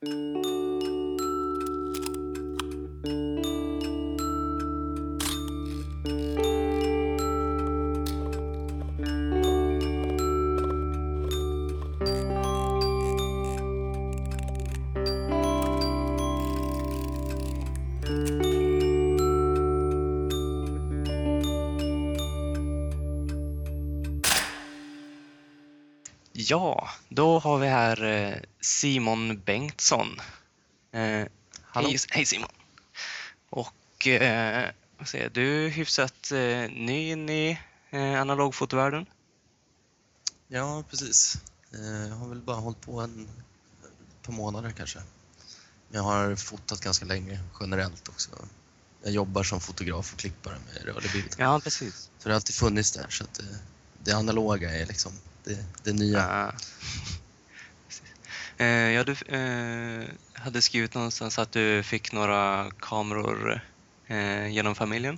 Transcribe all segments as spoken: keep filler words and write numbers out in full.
Ja, då har vi här eh, Simon Bengtsson. Eh, hej, hej Simon. Och eh, vad säger, du är hyfsat eh, ny in i eh, analogfotovärlden. Ja, precis. Eh, jag har väl bara hållit på en par månader kanske. Jag har fotat ganska länge generellt också. Jag jobbar som fotograf och klippare med rörlig bild. Ja, precis. Så det har alltid funnits där, så att det, det analoga är liksom det, det nya. Ja, eh, ja, du eh, hade skrivit någonstans att du fick några kameror eh, genom familjen.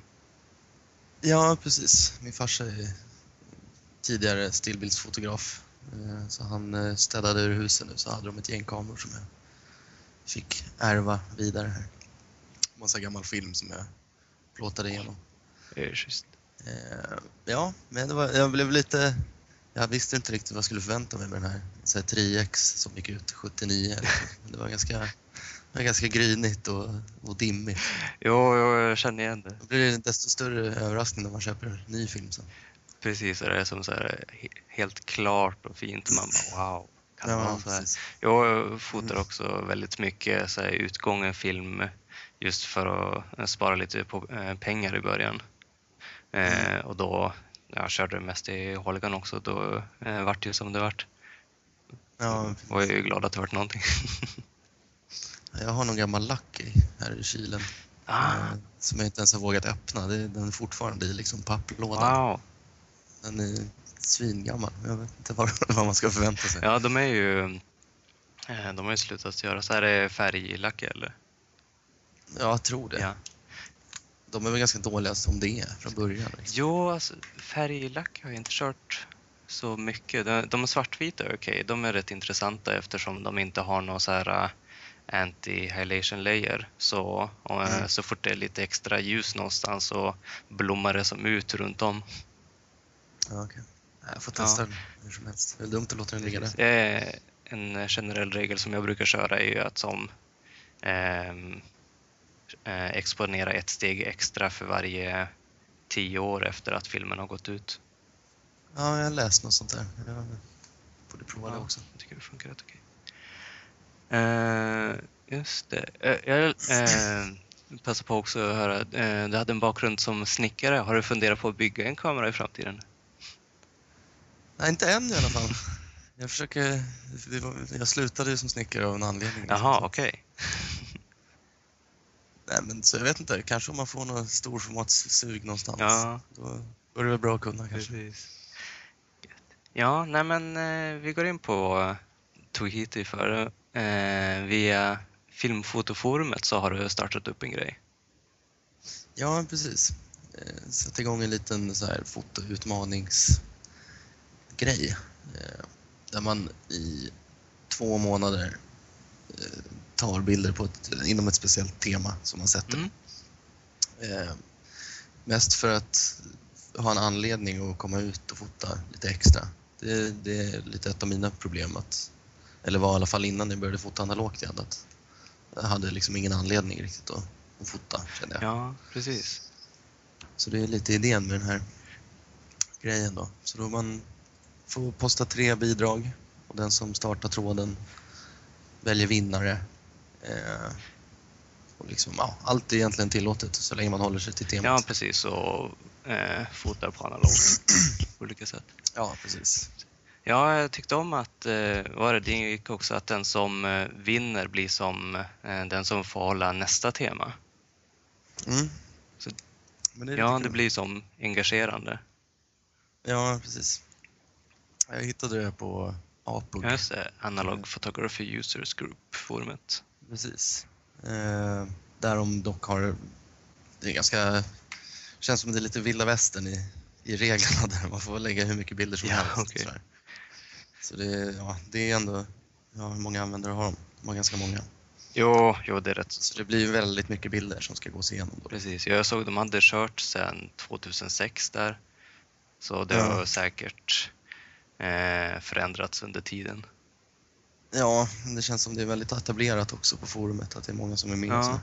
Ja, precis. Min farsa är tidigare stillbildsfotograf. Eh, så han eh, städade ur husen nu, så hade de ett gäng kameror som jag fick ärva vidare här. Massa gammal film som jag plåtade igenom. Det är just. Eh, ja, men det var, jag blev lite... Jag visste inte riktigt vad jag skulle förvänta mig med den här, så här tre X som gick ut sjuttionio. Det var ganska, det var ganska grynigt och, och dimmigt. Jo, jo, jag känner igen det. Då blir det en desto större överraskning när man köper en ny film sen. Precis, det är som så här helt klart och fint. Man bara, wow. Kan Ja, man så här. Jag fotar också väldigt mycket så här utgången film just för att spara lite på, eh, pengar i början. Eh, Mm. och då jag körde mest i Holgan också. Då eh, vart det ju som det vart. Ja, och jag är ju glad att det vart någonting. Jag har någon gammal Lucky här i kylen. Ah. Eh, som jag inte ens har vågat öppna. Det, den är fortfarande i liksom papplådan. Wow. Den är svingammal. Jag vet inte vad, vad man ska förvänta sig. Ja, de är ju eh, de har ju slutat göra. Så här är färglack eller? Ja, jag tror det. Ja. De är väl ganska dåliga som det är från början. Liksom. Jo, alltså, färglack har jag inte kört så mycket. De, de är svartvita, okej. Okay. De är rätt intressanta eftersom de inte har någon så här uh, anti-halation layer. Så, och, uh, Mm. så fort det är lite extra ljus någonstans så blommar det som ut runt om. Ja, okej. Jag får testa Ja. den hur som helst. Det är dumt att låta den ligga där. Eh, en generell regel som jag brukar köra är ju att som ehm, eh, exponera ett steg extra för varje tio år efter att filmen har gått ut. Ja, jag har läst något sånt där. Jag borde prova det också. Jag tycker det funkar rätt okej. Uh, just det. Uh, jag uh, passar på också att höra. Uh, du hade en bakgrund som snickare. Har du funderat på att bygga en kamera i framtiden? Nej, inte än i alla fall. Jag försöker... Jag slutade ju som snickare av en anledning. Jaha, okej. Okay. Nej, men så jag vet inte. Kanske om man får någon storformatssug någonstans. Ja. Då är det väl bra att kunna kanske. Precis. Ja, nej men uh, vi går in på uh, tog hit dig för uh, via Filmfotoforumet så har du startat upp en grej. Ja, precis. Eh, Sätta igång en liten så här fotoutmaningsgrej. Eh, där man i två månader eh, tar bilder på ett, inom ett speciellt tema som man sätter. Mm. Eh, mest för att ha en anledning att komma ut och fota lite extra. Det, det är lite ett av mina problem. Att, eller var i alla fall innan jag började fota analogt igen. Att jag hade liksom ingen anledning riktigt att, att fota, kände jag. Ja, precis. Så det är lite idén med den här grejen då. Så då man får posta tre bidrag och den som startar tråden väljer vinnare. Eh, och liksom, ja, allt är egentligen tillåtet så länge man håller sig till temat. Ja, precis. Och eh, fotar på analogt på olika sätt. Ja, precis. Ja, jag tyckte om att eh, var det, det gick också att den som eh, vinner blir som eh, den som får hålla nästa tema. Mm. Så, Men det är ja, lite det kul. blir som engagerande. Ja, precis. Jag hittade det på A P U G. Just det, Analog Photography Users Group-forumet. Precis. Eh, där de dock har... Det är ganska... Känns som det är lite vilda västern i, i reglerna där. Man får lägga hur mycket bilder som Ja, helst. okej. sådär. Så det, ja, det är ändå... Ja, hur många användare har de? De har ganska många. Jo, jo, det är rätt. Så det blir ju väldigt mycket bilder som ska gås igenom då. Precis, jag såg de hade kört sedan tjugohundrasex där. Så det Ja. har säkert eh, förändrats under tiden. Ja, det känns som det är väldigt etablerat också på forumet, att det är många som är med. Ja. Och så.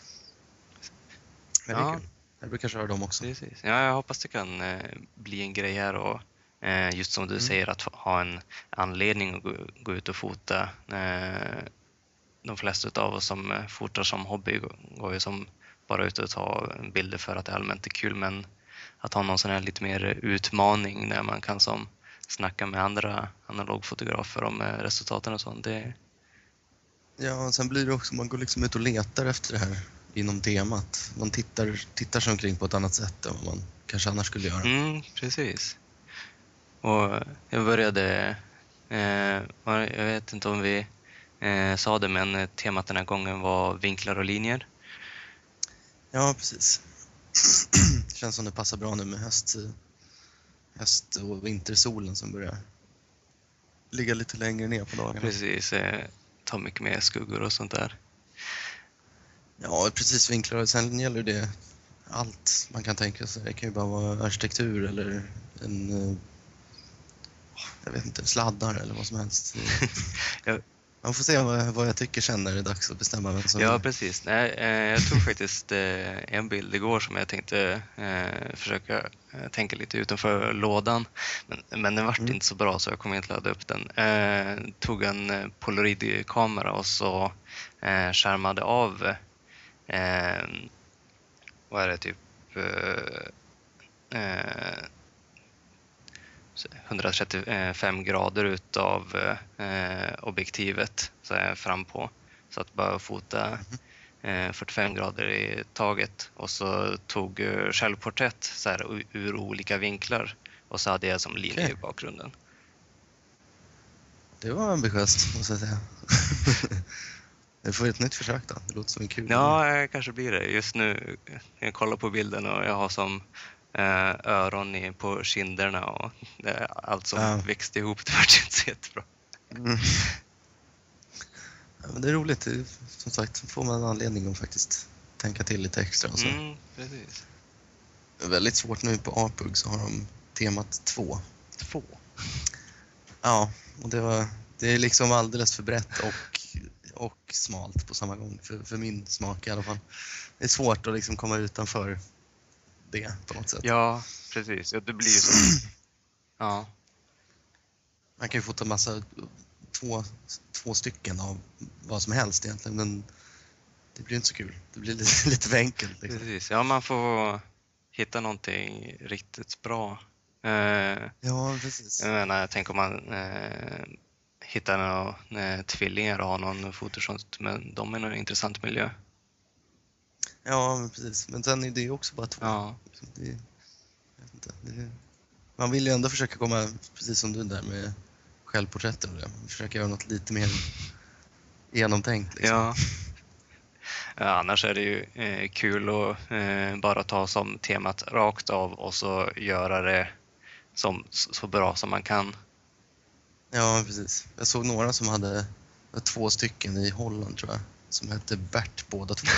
Men det är Ja. kul. Jag brukar köra dem också. Precis. Ja, jag hoppas det kan eh, bli en grej här och eh, just som du Mm. säger att ha en anledning att gå, gå ut och fota. Eh, de flesta av oss som eh, fotar som hobby går, går ju som bara ut och ta bilder för att det allmänt är kul, men att ha någon sån här lite mer utmaning när man kan som snacka med andra analogfotografer om eh, resultaten och sånt. Det, Ja, och sen blir det också, man går liksom ut och letar efter det här inom temat. Man tittar, tittar sig omkring på ett annat sätt än vad man kanske annars skulle göra. Mm, precis. Och jag började, eh, jag vet inte om vi eh, sa det, men temat den här gången var vinklar och linjer. Ja, precis. Det känns som det passar bra nu med höst, höst och vintersolen som börjar ligga lite längre ner på dagarna. Precis, eh, ta mycket mer skuggor och sånt där. Ja, precis, vinklar. Sen gäller det allt man kan tänka sig. Det kan ju bara vara arkitektur eller en, eh, jag vet inte, sladdar eller vad som helst. Ja. Man får se vad, vad jag tycker sen när det är dags att bestämma vem som Ja, är. precis. Nej, eh, jag tog faktiskt eh, en bild igår som jag tänkte eh, försöka eh, tänka lite utanför lådan. Men, men den vart Mm. inte så bra så jag kommer inte ladda upp den. Eh, tog en eh, polaroidkamera och så eh, skärmade av eh, vad är det, typ eh, eh, hundratrettiofem grader utav eh, objektivet så är jag fram på. Så att bara fota eh, fyrtiofem grader i taget och så tog eh, självporträtt så här, ur, ur olika vinklar och så hade jag som linje Okej. i bakgrunden. Det var ambitiöst, måste jag säga. Jag får ett nytt försök då. Det låter som en kul idé. Ja, eh, kanske blir det. Just nu, jag kollar på bilden och jag har som eh, öron i, på kinderna och det, allt som Ja. växte ihop, det var inte så jättebra. Mm. Ja, men det är roligt. Det är, som sagt, får man en anledning att faktiskt tänka till lite extra. Och så. Mm, precis. Det är väldigt svårt nu på A P U G så har de temat två. Två. Ja, och det, var, det är liksom alldeles för brett och, och smalt på samma gång. För, för min smak i alla fall. Det är svårt att liksom komma utanför det på något sätt. Ja, precis. Ja, det blir ju så. Ja. Man kan ju fota massa, två, två stycken av vad som helst egentligen, men det blir inte så kul. Det blir lite, lite för enkelt. Liksom. Precis. Ja, man får hitta någonting riktigt bra. Eh, Ja, precis. jag menar, jag tänker om man eh, hittar några eh, tvillingar och har någon fotosånt, men de är nog en intressant miljö. Ja, men precis. Men sen är det ju också bara två. Ja. Det, jag vet inte, det, man vill ju ändå försöka komma, precis som du där med självporträtten och det. Försöka göra något lite mer genomtänkt. Liksom. Ja. Ja, annars är det ju eh, kul att eh, bara ta som temat rakt av och så göra det som, så bra som man kan. Ja, precis. Jag såg några som hade två stycken i Holland, tror jag, som hette Bert båda två.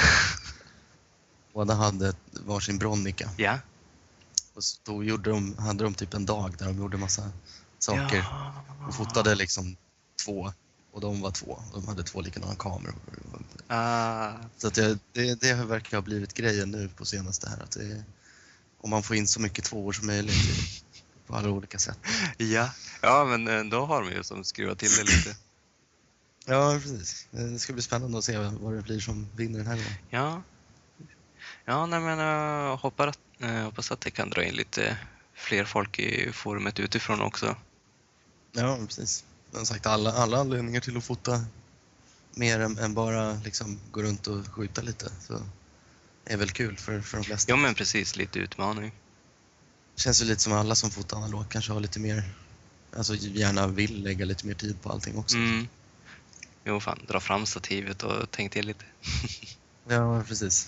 Båda hade varsin Bronica. Ja. Och så då gjorde de, hade de typ en dag där de gjorde massa saker. Ja. Och fotade liksom två. Och de var två. De hade två likadana kameror. Ah, Så att det, det, det verkar ha blivit grejen nu på senaste här. Att det, om man får in så mycket tvåor som möjligt på alla olika sätt. ja. Ja, men eh, då har de ju som skruvat till det lite. Ja, precis. Det ska bli spännande att se vad det blir som vinner den här gången. Ja. Ja, nej, men jag hoppas att, eh, hoppas att det kan dra in lite fler folk i forumet utifrån också. Ja, precis. Men sagt, alla, alla anledningar till att fota mer än, än bara liksom gå runt och skjuta lite. Så är väl kul för, för de flesta. Ja, men precis. Lite utmaning. Känns ju lite som alla som fotar analog kanske har lite mer, alltså gärna vill lägga lite mer tid på allting också. Mm. Jo, fan. Dra fram stativet och tänk till lite. Ja, precis.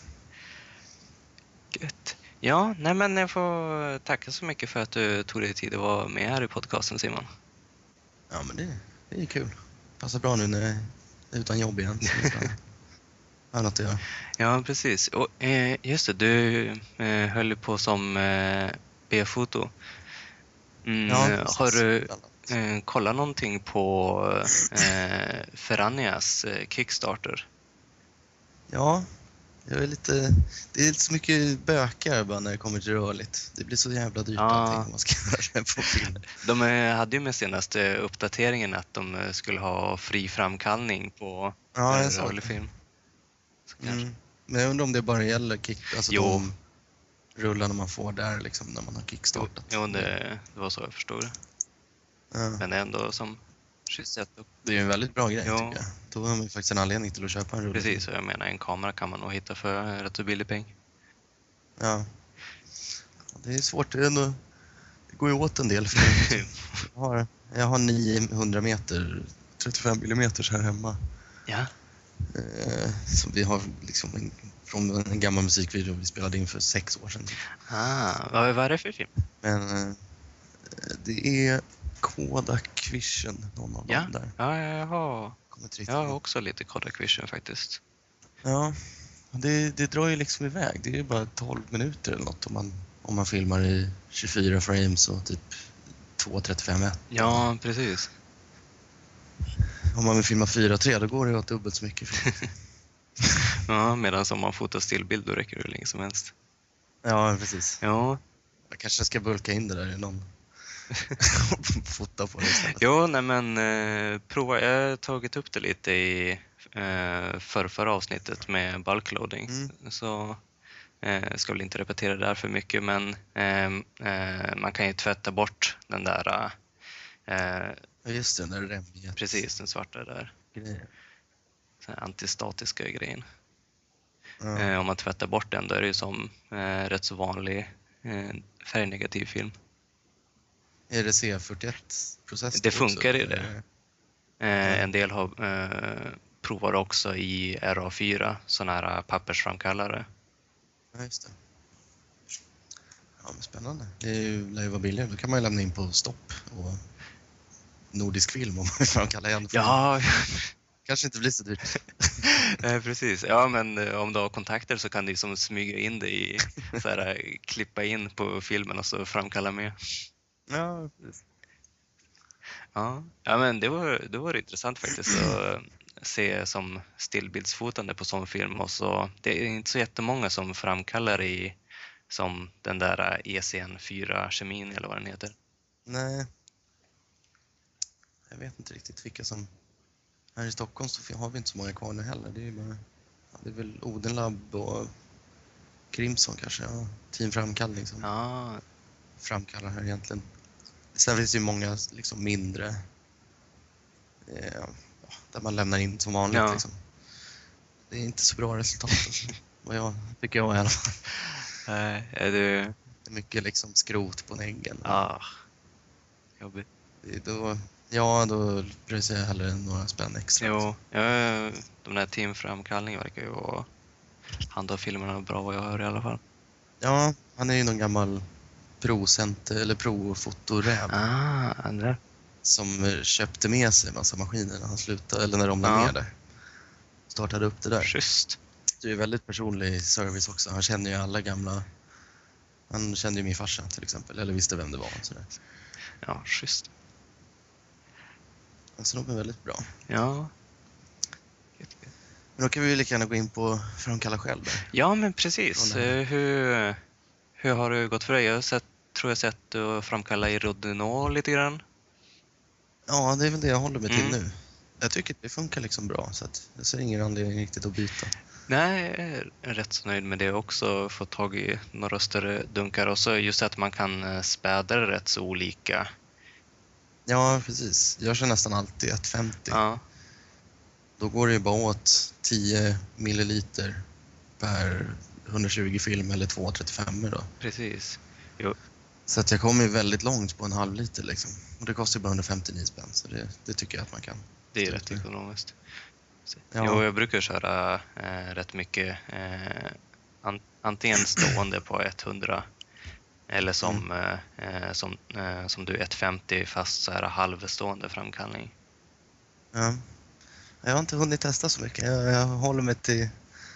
Gött. Ja, nej, men jag får tacka så mycket för att du tog dig tid att vara med här i podcasten, Simon. Ja, men det, det är kul. Passar bra nu när jag är utan jobb igen. har något att göra. Ja, precis. Och, eh, just det, du eh, höll ju på som eh, B-foto. Mm, Ja, eh, har precis. du eh, kollat någonting på eh, Ferranias eh, Kickstarter? Ja, jag är lite, det är lite så mycket bökar bara när det kommer till rörligt. Det blir så jävla dyrt Ja. allting om man ska göra det på film. De eh, hade ju med senaste uppdateringen att de eh, skulle ha fri framkallning på Ja, eh, jag såg rörlig det. film. Så kanske. Mm. Men jag undrar om det bara gäller kick, alltså Jo. de rullarna man får där liksom när man har Jo, kickstartat. jo det, det var så jag förstod det. Ja. Men ändå som schysst sätt upp. Det är ju en väldigt bra grej Ja. tycker jag. Då har man ju faktiskt en anledning till att köpa en rulle. Precis, och jag menar en kamera kan man nog hitta för rätt så billig peng. Ja. Ja, det är svårt, det, är ändå, det går ju åt en del. För jag, har, jag har niohundra meter, trettiofem millimeter här hemma. Ja. Eh, som vi har liksom en, från en gammal musikvideo vi spelade in för sex år sedan. Ah, vad, vad är det för film? Men eh, det är Kodak Vision, någon av Ja, dem där. ja jag, har, Kommer inte riktigt jag har ihåg. också lite Kodak Vision faktiskt. Ja, det, det drar ju liksom iväg. Det är ju bara tolv minuter eller något om man, om man filmar i tjugofyra frames och typ två trettiofem ett. Ja, precis. Om man vill filma fyra tre då går det åt dubbelt så mycket film. Ja, medan om man fotar stillbild då räcker det hur länge som helst. Ja, precis. Ja, Jag kanske ska bulka in det där i någon fota på det istället. jo, nej men eh, prova. Jag har tagit upp det lite i eh, förra, förra avsnittet med bulkloading. Mm. Så eh, ska väl inte repetera det där för mycket, men eh, eh, man kan ju tvätta bort den där, eh, Ja, just det, den där remjet. precis den svarta där, Grejer. den här antistatiska grejen. Ja. Eh, om man tvättar bort den då är det ju som eh, rätt så vanlig eh, färgnegativ film. Är det C fyrtioett-process? Det funkar i det. Eller? Eh, en del har eh, provat också i R A fyra, sådana här pappersframkallare. Ja, just det. Ja, men spännande. Det är ju, lär ju vara billigare. Då kan man ju lämna in på stopp och Nordisk film om man får kalla igen. Ja, Kanske inte blir så dyrt. eh, precis. Ja, men eh, om du har kontakter så kan du som smyga in det i, så här, eh, klippa in på filmen och så framkalla med. Ja, precis. Ja, ja men det var, det var intressant faktiskt att se som stillbildsfotande på sån film. Och så, det är inte så jättemånga som framkallar i som den där E C N fyra-kemin eller vad den heter. Nej. Jag vet inte riktigt vilka som... Här i Stockholm så har vi inte så många kvar nu heller. Det är, bara... ja, det är väl Odenlab och Crimson kanske. Ja. Team Framkallning som Ja, framkallar här egentligen. Sen finns det ju många liksom mindre eh, där man lämnar in som vanligt. Ja. Liksom. Det är inte så bra resultat. Alltså. Vad jag tycker jag i alla fall. eh, är du... Det är mycket liksom skrot på neggen. Ah, jobbigt. Det är Då, ja, då pröjsar jag hellre några spänn extra. Jo, ja, de där teamframkallningen verkar ju vara handha filmerna bra vad jag hör i alla fall. Ja, han är ju någon gammal pro-cent- eller pro-fotoräv Ah, andra. som köpte med sig en massa maskiner när han slutade, eller när de la Ja. ner där. Startade upp det där. Schysst. Det är väldigt personlig service också. Han känner ju alla gamla... Han kände ju min farsa till exempel, eller visste vem det var. och Sådär. Ja, schysst. Så de är väldigt bra. Ja. Men då kan vi ju lika gärna gå in på Framkalla själv där. Ja, men precis. Från det här. Eh, Hur, hur har det gått för dig? Jag har sett, tror jag sett du framkalla i Rodinå lite grann. Ja, det är väl det jag håller mig till Mm. nu. Jag tycker att det funkar liksom bra, så att jag ser ingen anledning riktigt att byta. Nej, jag är rätt så nöjd med det också. Fått tag i några större dunkar. Och så just att man kan eh, späda det rätt så olika. Ja, precis. Jag kör nästan alltid ett femtio. Ja, Då går det ju bara åt tio milliliter per hundratjugo film eller två trettiofem då. precis. Så att jag kommer ju väldigt långt på en halv liter liksom. Och det kostar ju bara hundrafemtionio spänn, så det, det tycker jag att man kan. Det är rätt ekonomiskt. Ja. Jo, jag brukar köra eh, rätt mycket eh, an, antingen stående på hundra eller som, Mm. eh, som, eh, som du ett femtio fast så här halvstående framkallning. Ja. Jag har inte hunnit testa så mycket. Jag, jag håller mig till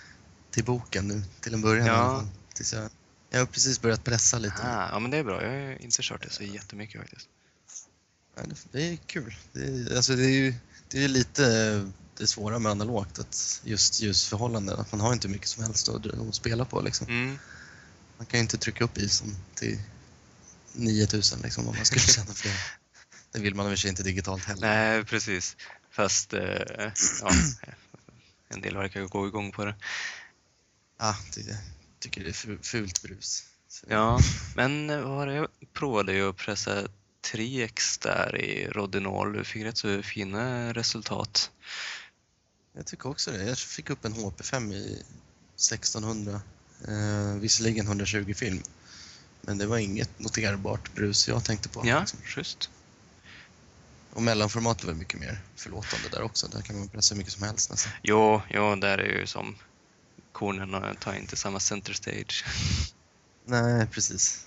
till boken nu, till en början. Ja. Tills jag, jag har precis börjat pressa lite. Ah, ja, men det är bra. Jag har inte kört det så jättemycket faktiskt. Ja, det, det är kul. Det är, alltså det är ju det är lite det svåra med analogt, att just ljusförhållanden, att man har inte mycket som helst att, att spela på liksom. Mm. Man kan ju inte trycka upp isen till nio tusen liksom, om man skulle känna för det. Det vill man i och för sig inte digitalt heller. Nej, precis. Fast eh, ja, en del verkar gå igång på det. Ja, det tycker det är fult brus. Så. Ja, men vad var det? Jag provade ju att pressa tre x där i Rodinol. Du fick rätt så fina resultat. Jag tycker också det. Jag fick upp en H P fem i sextonhundra. Eh, visserligen hundratjugo film. Men det var inget noterbart brus jag tänkte på. Ja, liksom. just. Och mellanformat är väl mycket mer förlåtande där också. Där kan man pressa hur mycket som helst nästan. Jo, jo, där är ju som konerna tar inte samma center stage. Nej, precis.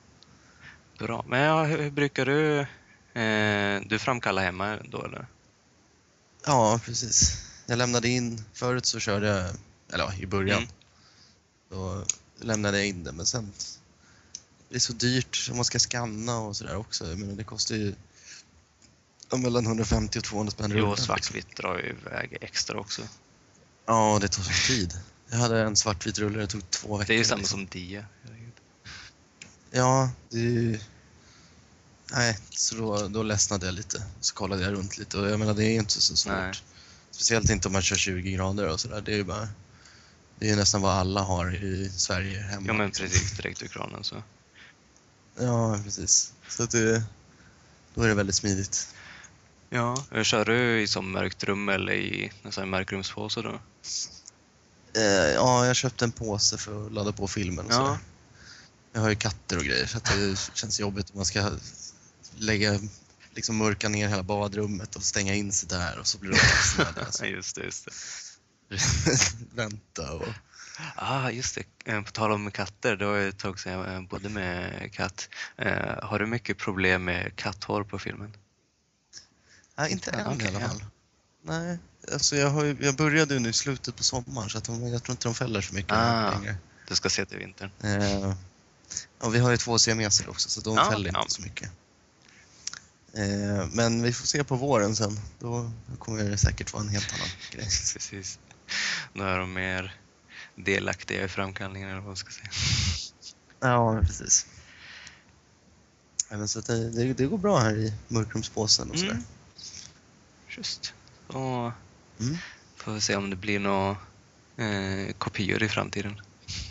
Bra. Men ja, hur, hur brukar du... Eh, du framkallar hemma då, eller? Ja, precis. Jag lämnade in... Förut så körde jag... Eller ja, i början. Mm. Då lämnade jag in det, men sen... Det är så dyrt om man ska scanna och sådär också. Jag menar, det kostar ju... mellan hundrafemtio och tvåhundra spänn. Jo, svartvitt drar ju iväg extra också. Ja, det tar så tid. Jag hade en svartvit rulle, det tog två veckor. Det är ju samma liksom. som dia. Ja, det är ju... Nej, så då, då ledsnade jag lite. Så kollade jag runt lite och jag menar, det är inte så svårt. Nej. Speciellt inte om man kör tjugo grader och sådär. Det är ju bara... Det är ju nästan vad alla har i Sverige hemma. Ja, men liksom. precis, direkt ur kranen så. Ja, precis. Så att det... Då är det väldigt smidigt. Ja, kör du i som mörkt rum eller i en sån här mörkrumspåse då? Eh, ja, jag köpte en påse för att ladda på filmen och Ja. sådär. Jag har ju katter och grejer så att det känns jobbigt om man ska lägga, liksom mörka ner hela badrummet och stänga in sig där och så blir det avsnöd. Alltså. Ja, just det, just det. Vänta och... Ah, just det. Eh, På tal om katter, då har jag ett tag sedan jag eh, bodde med katt. Eh, har du mycket problem med katthår på filmen? Nej, inte än Okej, i alla ja. fall. Nej, alltså jag, har ju, jag började ju nu i slutet på sommaren så att de, jag tror inte de fäller så mycket Ah. längre. Du ska se till vintern. Eh, och vi har ju två siameser också så de Ja, fäller inte ja. så mycket. Eh, men vi får se på våren sen. Då kommer det säkert vara en helt annan grej. Precis. Då är de mer delaktiga i framkallningen eller vad man ska säga. Ja, precis. Ja, men så att det, det, det går bra här i mörkrumspåsen och sådär. Mm. Just. Och Mm. får vi se om det blir några eh, kopior i framtiden.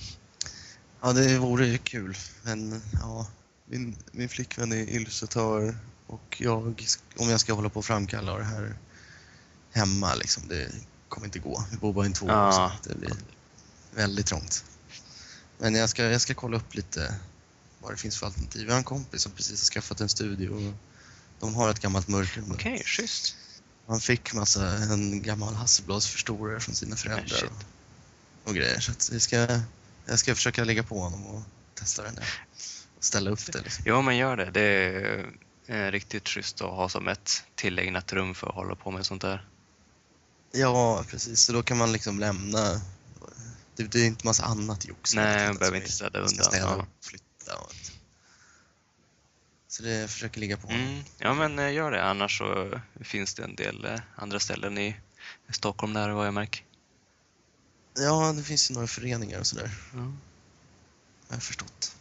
Ja, det vore ju kul. Men ja, min, min flickvän är illustratör och jag, om jag ska hålla på och framkalla det här hemma, liksom, det kommer inte gå. Vi bor bara i en två Ja. så det blir väldigt trångt. Men jag ska, jag ska kolla upp lite vad det finns för alternativ. Jag har en kompis som precis har skaffat en studio och de har ett gammalt mörkrum. Okej, okay, schysst. Han fick massa, en gammal Hasselblads-förstorare från sina föräldrar shit. och, och grejer. Så att jag, ska, jag ska försöka lägga på honom och testa den där. Och ställa upp det. Liksom. Ja, men gör det. Det är eh, riktigt schysst att ha som ett tillägnat rum för att hålla på med sånt där. Ja, precis. Så då kan man liksom lämna... Det, det är inte massa annat jox. Nej, man Att behöver vi inte städa ska undan. städa Ja. och flytta. Och... Så det jag försöker ligga på. Mm, ja, men eh, gör det. Annars så finns det en del eh, andra ställen i Stockholm där, vad jag märker. Ja, det finns ju några föreningar och sådär. Ja. Jag har förstått.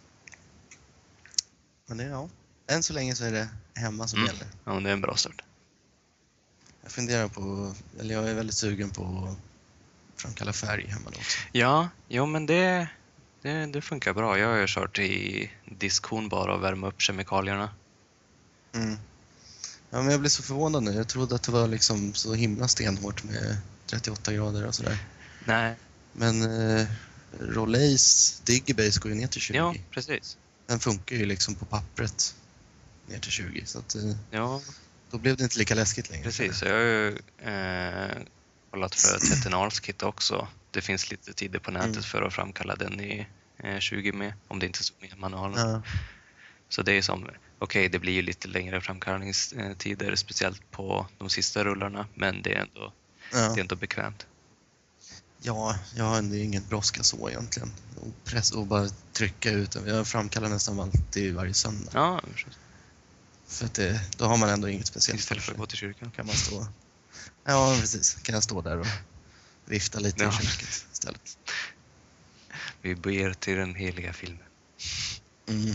Men det, ja. Än så länge så är det hemma som Mm. gäller. Ja, men det är en bra start. Jag funderar på, eller jag är väldigt sugen på att framkalla färg hemma då också. Ja, jo, men det, det, det funkar bra. Jag har ju kört i diskhon bara och värma upp kemikalierna. Mm. Ja, men jag blev så förvånad nu. Jag trodde att det var liksom så himla stenhårt med trettioåtta grader och sådär. Nej, Men eh, Rolleis Digibase går ju ner till tjugo. ja, precis. Den funkar ju liksom på pappret ner till tjugo. Så att, eh, Ja, då blev det inte lika läskigt längre. precis. Så jag har ju eh, kollat för Tetinals-kit också. Det finns lite tider på nätet Mm. för att framkalla den i eh, tjugo med, om det inte står med i manualen. Ja. Så det är som, okej, okay, det blir ju lite längre framkallningstider, speciellt på de sista rullarna, men det är ändå, Ja. det är ändå bekvämt. Ja, jag har ändå inget brådska så egentligen. Och, press, och bara trycka ut den. Jag framkallar nästan alltid varje söndag. Ja, precis. För att det, då har man ändå inget speciellt Istället för för att gå till kyrkan. kan man stå... Ja, precis. Kan jag stå där och vifta lite Ja. i köket istället. Vi ber till den heliga filmen. Mm.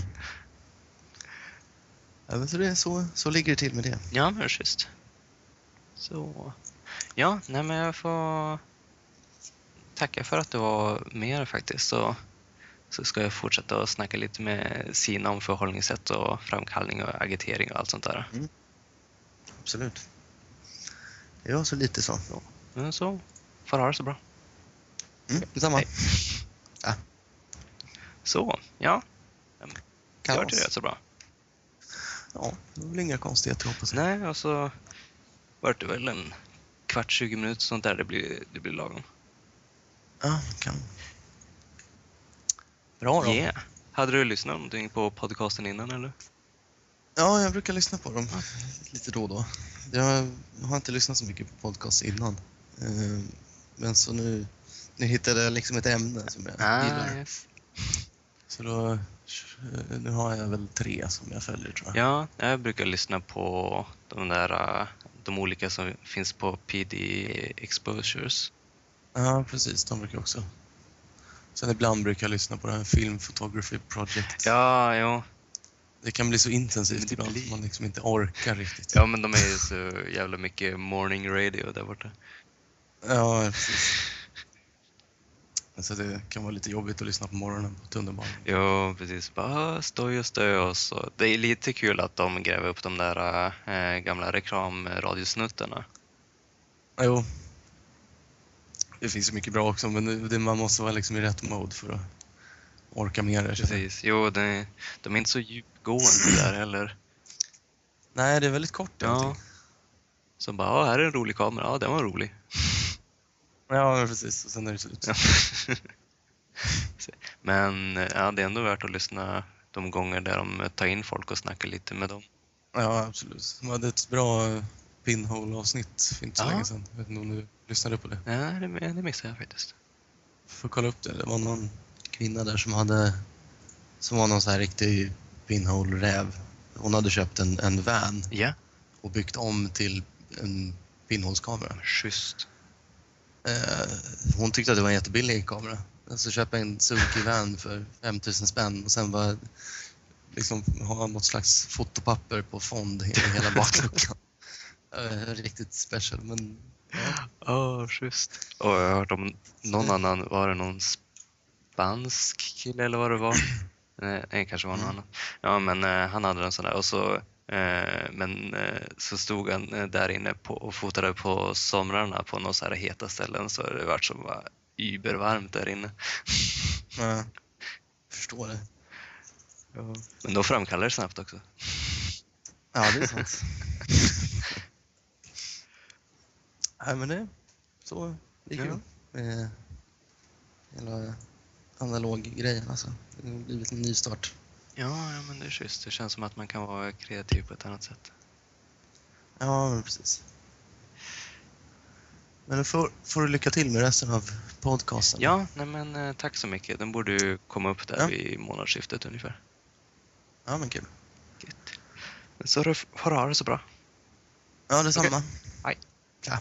Ja, men så, det, så, så ligger det till med det. Ja, men just. Så. Ja, nej men jag får tacka för att du var med faktiskt. Så, så ska jag fortsätta att snacka lite med Sina om förhållningssätt och framkallning och agitering och allt sånt där. Mm. Absolut. Ja, så lite så. Så. Men så får ha det så bra. Mm, detsamma. Hej. Ja. Så, ja. Kalas. Gör det rätt så bra. Ja, det var väl inga konstigheter hoppas jag. Nej, och så var det väl en kvart, tjugo minuter sånt där. Det blir, det blir lagom. Ja, kan. Bra då. Yeah. Hade du lyssnat någonting på podcasten innan eller? Ja, jag brukar lyssna på dem lite då och då. Jag har inte lyssnat så mycket på podcast innan. Eh, Men så nu, nu hittade jag liksom ett ämne som jag Ah, gillar. yes. Så då, eh, nu har jag väl tre som jag följer tror jag. Ja, jag brukar lyssna på de där uh, de olika som finns på P D Exposures. Ja, precis. De brukar jag också. Sen ibland brukar jag lyssna på den här Film Photography Project. Ja, jo. Det kan bli så intensivt Men det ibland blir- att man liksom inte orkar riktigt. Ja, men de är ju så jävla mycket morning radio där borta. Ja, precis. Så det kan vara lite jobbigt att lyssna på morgonen på tunnelbanan. Jo, precis. Bara stoj och stö och så. Det är lite kul att de gräver upp de där äh, gamla reklamradiosnuttarna. Jo. Det finns ju mycket bra också, men det, det, man måste vara liksom i rätt mode för att orka med det. Precis. Jo, det, de är inte så djupgående där heller. Nej, det är väldigt kort Ja. allting. Så bara, ja, här är en rolig kamera. Ja, den var rolig. Ja, men precis. Och sen är det slut. Ja. Men ja, det är ändå värt att lyssna de gånger där de tar in folk och snackar lite med dem. Ja, absolut. De hade ett bra eh, pinhole-avsnitt för inte så Ja. länge sedan. Jag vet inte om du lyssnade på det. Ja, det, det missade jag faktiskt. Får kolla upp det. Det var någon kvinna där som hade som var någon så här riktig pinhole-räv. Hon hade köpt en, en van Ja, och byggt om till en pinhålskamera. schysst. Eh, hon tyckte att det var en jättebillig kamera. Alltså köpa en sunkig van för fem tusen spänn och sen bara liksom ha något slags fotopapper på fond i hela bakluckan. Eh, riktigt special, men ja. Ja, oh, schysst. Och jag har hört om någon annan, var det någon spansk kille eller vad det var? Nej, det kanske var någon Mm. annan. Ja, men eh, han hade en sån där och så eh, men eh, så stod han eh, där inne på, och fotade på somrarna på några så här heta ställen så det vart som var übervarmt där inne. Ja, jag förstår det. Ja. Men då framkallar det snabbt också. Ja, det är sant. Nej, men det så det gick Ja. ju med hela analog-grejen alltså. Det har blivit en ny start. Ja, ja, men det är schysst. Det känns som att man kan vara kreativ på ett annat sätt. Ja, men precis. Men då får, får du lycka till med resten av podcasten. Ja, nej men eh, tack så mycket. Den borde ju komma upp där Ja. vid månadsskiftet ungefär. Ja, men kul. Gött. Men så du får ha det så bra. Ja, detsamma. Hej. Ja.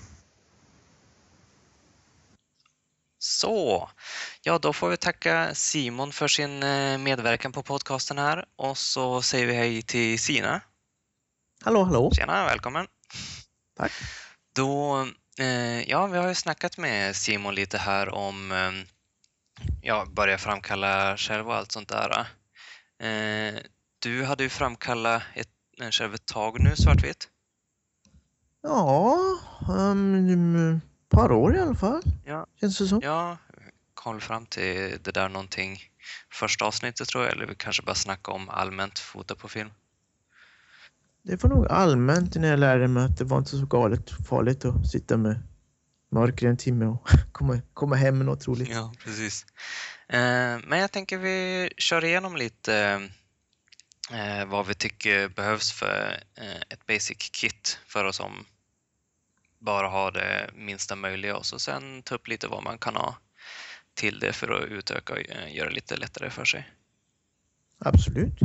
Så, ja då får vi tacka Simon för sin eh, medverkan på podcasten här. Och så säger vi hej till Sina. Hallå, hallå. Tjena, välkommen. Tack. Då, eh, ja vi har ju snackat med Simon lite här om eh, ja, börja framkalla själv och allt sånt där. Eh, du hade ju framkallat ett, en själv ett tag nu, svartvitt. Ja, um, ett par år i alla fall. Ja. Känns det som. Ja, kom fram till det där någonting första avsnittet tror jag, eller vi kanske bara snacka om allmänt fota på film. Det var nog allmänt när jag lärde mig att det var inte så galet farligt att sitta med mörker en timme och komma, komma hem med något roligt. Ja, precis. Eh, men jag tänker vi kör igenom lite eh, vad vi tycker behövs för eh, ett basic kit för oss som bara ha det minsta möjliga och så sen ta upp lite vad man kan ha till det för att utöka och göra det lite lättare för sig. Absolut.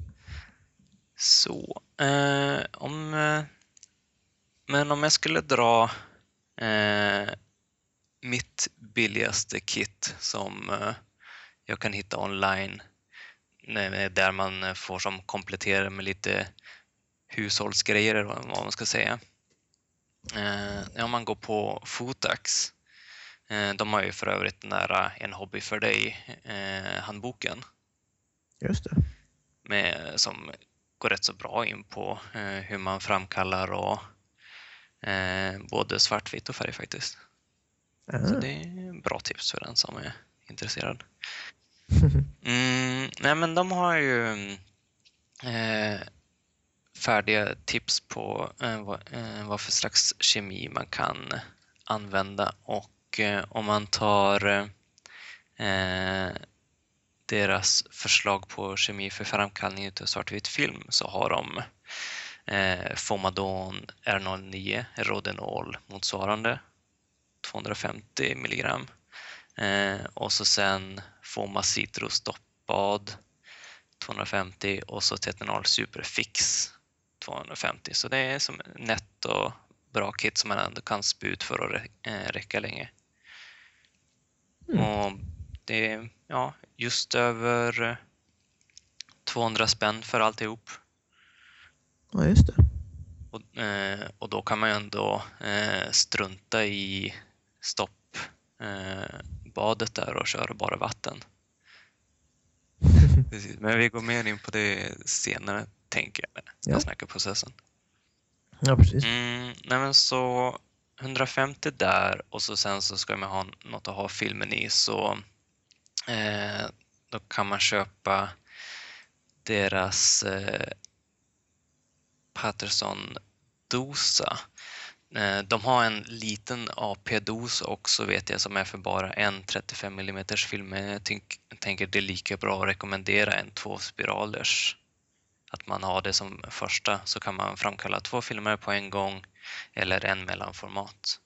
Så, eh, om, eh, men om jag skulle dra eh, mitt billigaste kit som eh, jag kan hitta online, eh, där man får som komplettera med lite hushållsgrejer eller vad man ska säga. Eh, om man går på Fotax, eh, de har ju för övrigt den där En hobby för dig eh, handboken. Just det. Med, som går rätt så bra in på eh, hur man framkallar och eh, både svartvitt och färg faktiskt. Aha. Så det är bra tips för den som är intresserad. Mm, nej men de har ju eh, färdiga tips på eh, vad, eh, vad för slags kemi man kan använda och eh, om man tar eh, deras förslag på kemi för framkallning av svartvit film så har de eh, Fomadon R noll nio, Rodinol motsvarande tvåhundrafemtio milligram eh, och så sen Foma Citrus doppad tvåhundrafemtio och så Tetanol Superfix tvåhundrafemtio. Så det är som nätt och bra kit som man ändå kan spy ut för att rä- räcka länge. Mm. Och det är ja, just över tvåhundra spänn för alltihop. Ja, just det. Och, eh, och då kan man ju ändå eh, strunta i stoppbadet eh, badet där och köra bara vatten. Precis. Men vi går mer in på det senare, tänker jag, när Ja. jag snackar processen. Ja, precis. Mm, nej men så hundrafemtio där och så sen så ska man ha något att ha filmen i så eh, då kan man köpa deras eh, Patterson dosa. Eh, de har en liten A P-dos också vet jag som är för bara en trettiofem millimeter film. Men jag tänk, tänker det är lika bra att rekommendera en två spiralers. Att man har det som första så kan man framkalla två filmer på en gång eller en mellanformat.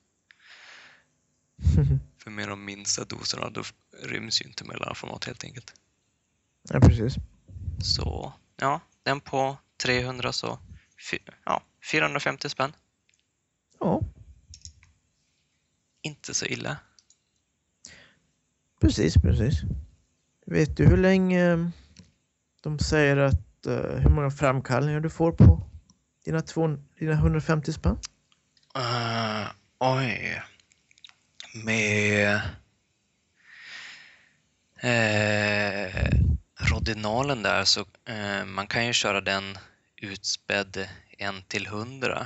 För med de minsta doserna då ryms ju inte mellanformat helt enkelt. Ja, precis. Så ja, den på trehundra så ja, fyrahundrafemtio spänn. Ja, Inte så illa. precis, precis. Vet du hur länge de säger att uh, hur många framkallningar du får på dina, två, dina hundrafemtio spänn? Uh, oj. Med eh, rodinalen där så eh, man kan ju köra den utspädd en till hundra.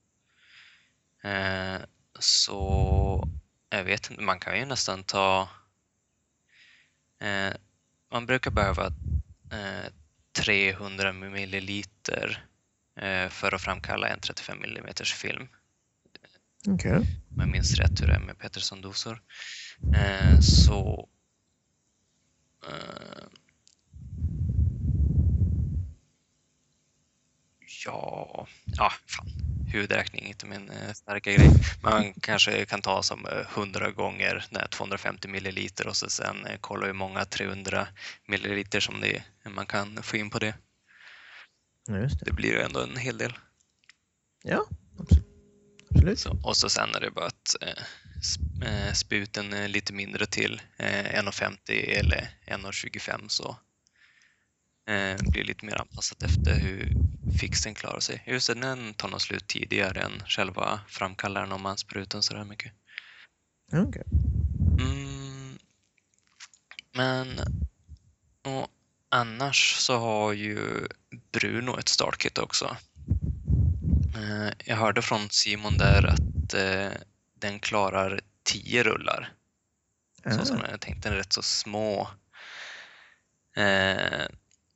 Eh, så jag vet inte, man kan ju nästan ta eh, man brukar behöva eh, trehundra milliliter eh, för att framkalla en trettiofem millimeters film. Okej. Om jag minns rätt hur det är med Peterson-dosor. Eh, så eh, ja, ja, fan. Huvudräkning är inte min eh, starka grej. Man kanske kan ta som hundra gånger nej, tvåhundrafemtio milliliter och så sen eh, kolla hur många trehundra milliliter som det är, man kan få in på det. Ja, just det. Det blir ju ändå en hel del. Ja, absolut. absolut. Så, och så sen är det bara att eh, sp- eh, sputen eh, lite mindre till eh, en femtio eller en tjugofem så eh, blir lite mer anpassat efter hur fixen klarar sig. Just det, den tar nog slut tidigare än själva framkallaren om man sprutar så där mycket. Okej. Mm, men och annars så har ju Bruno ett startkit också. Eh, jag hörde från Simon där att eh, den klarar tio rullar. Så Ah, som jag tänkte, den är rätt så små eh,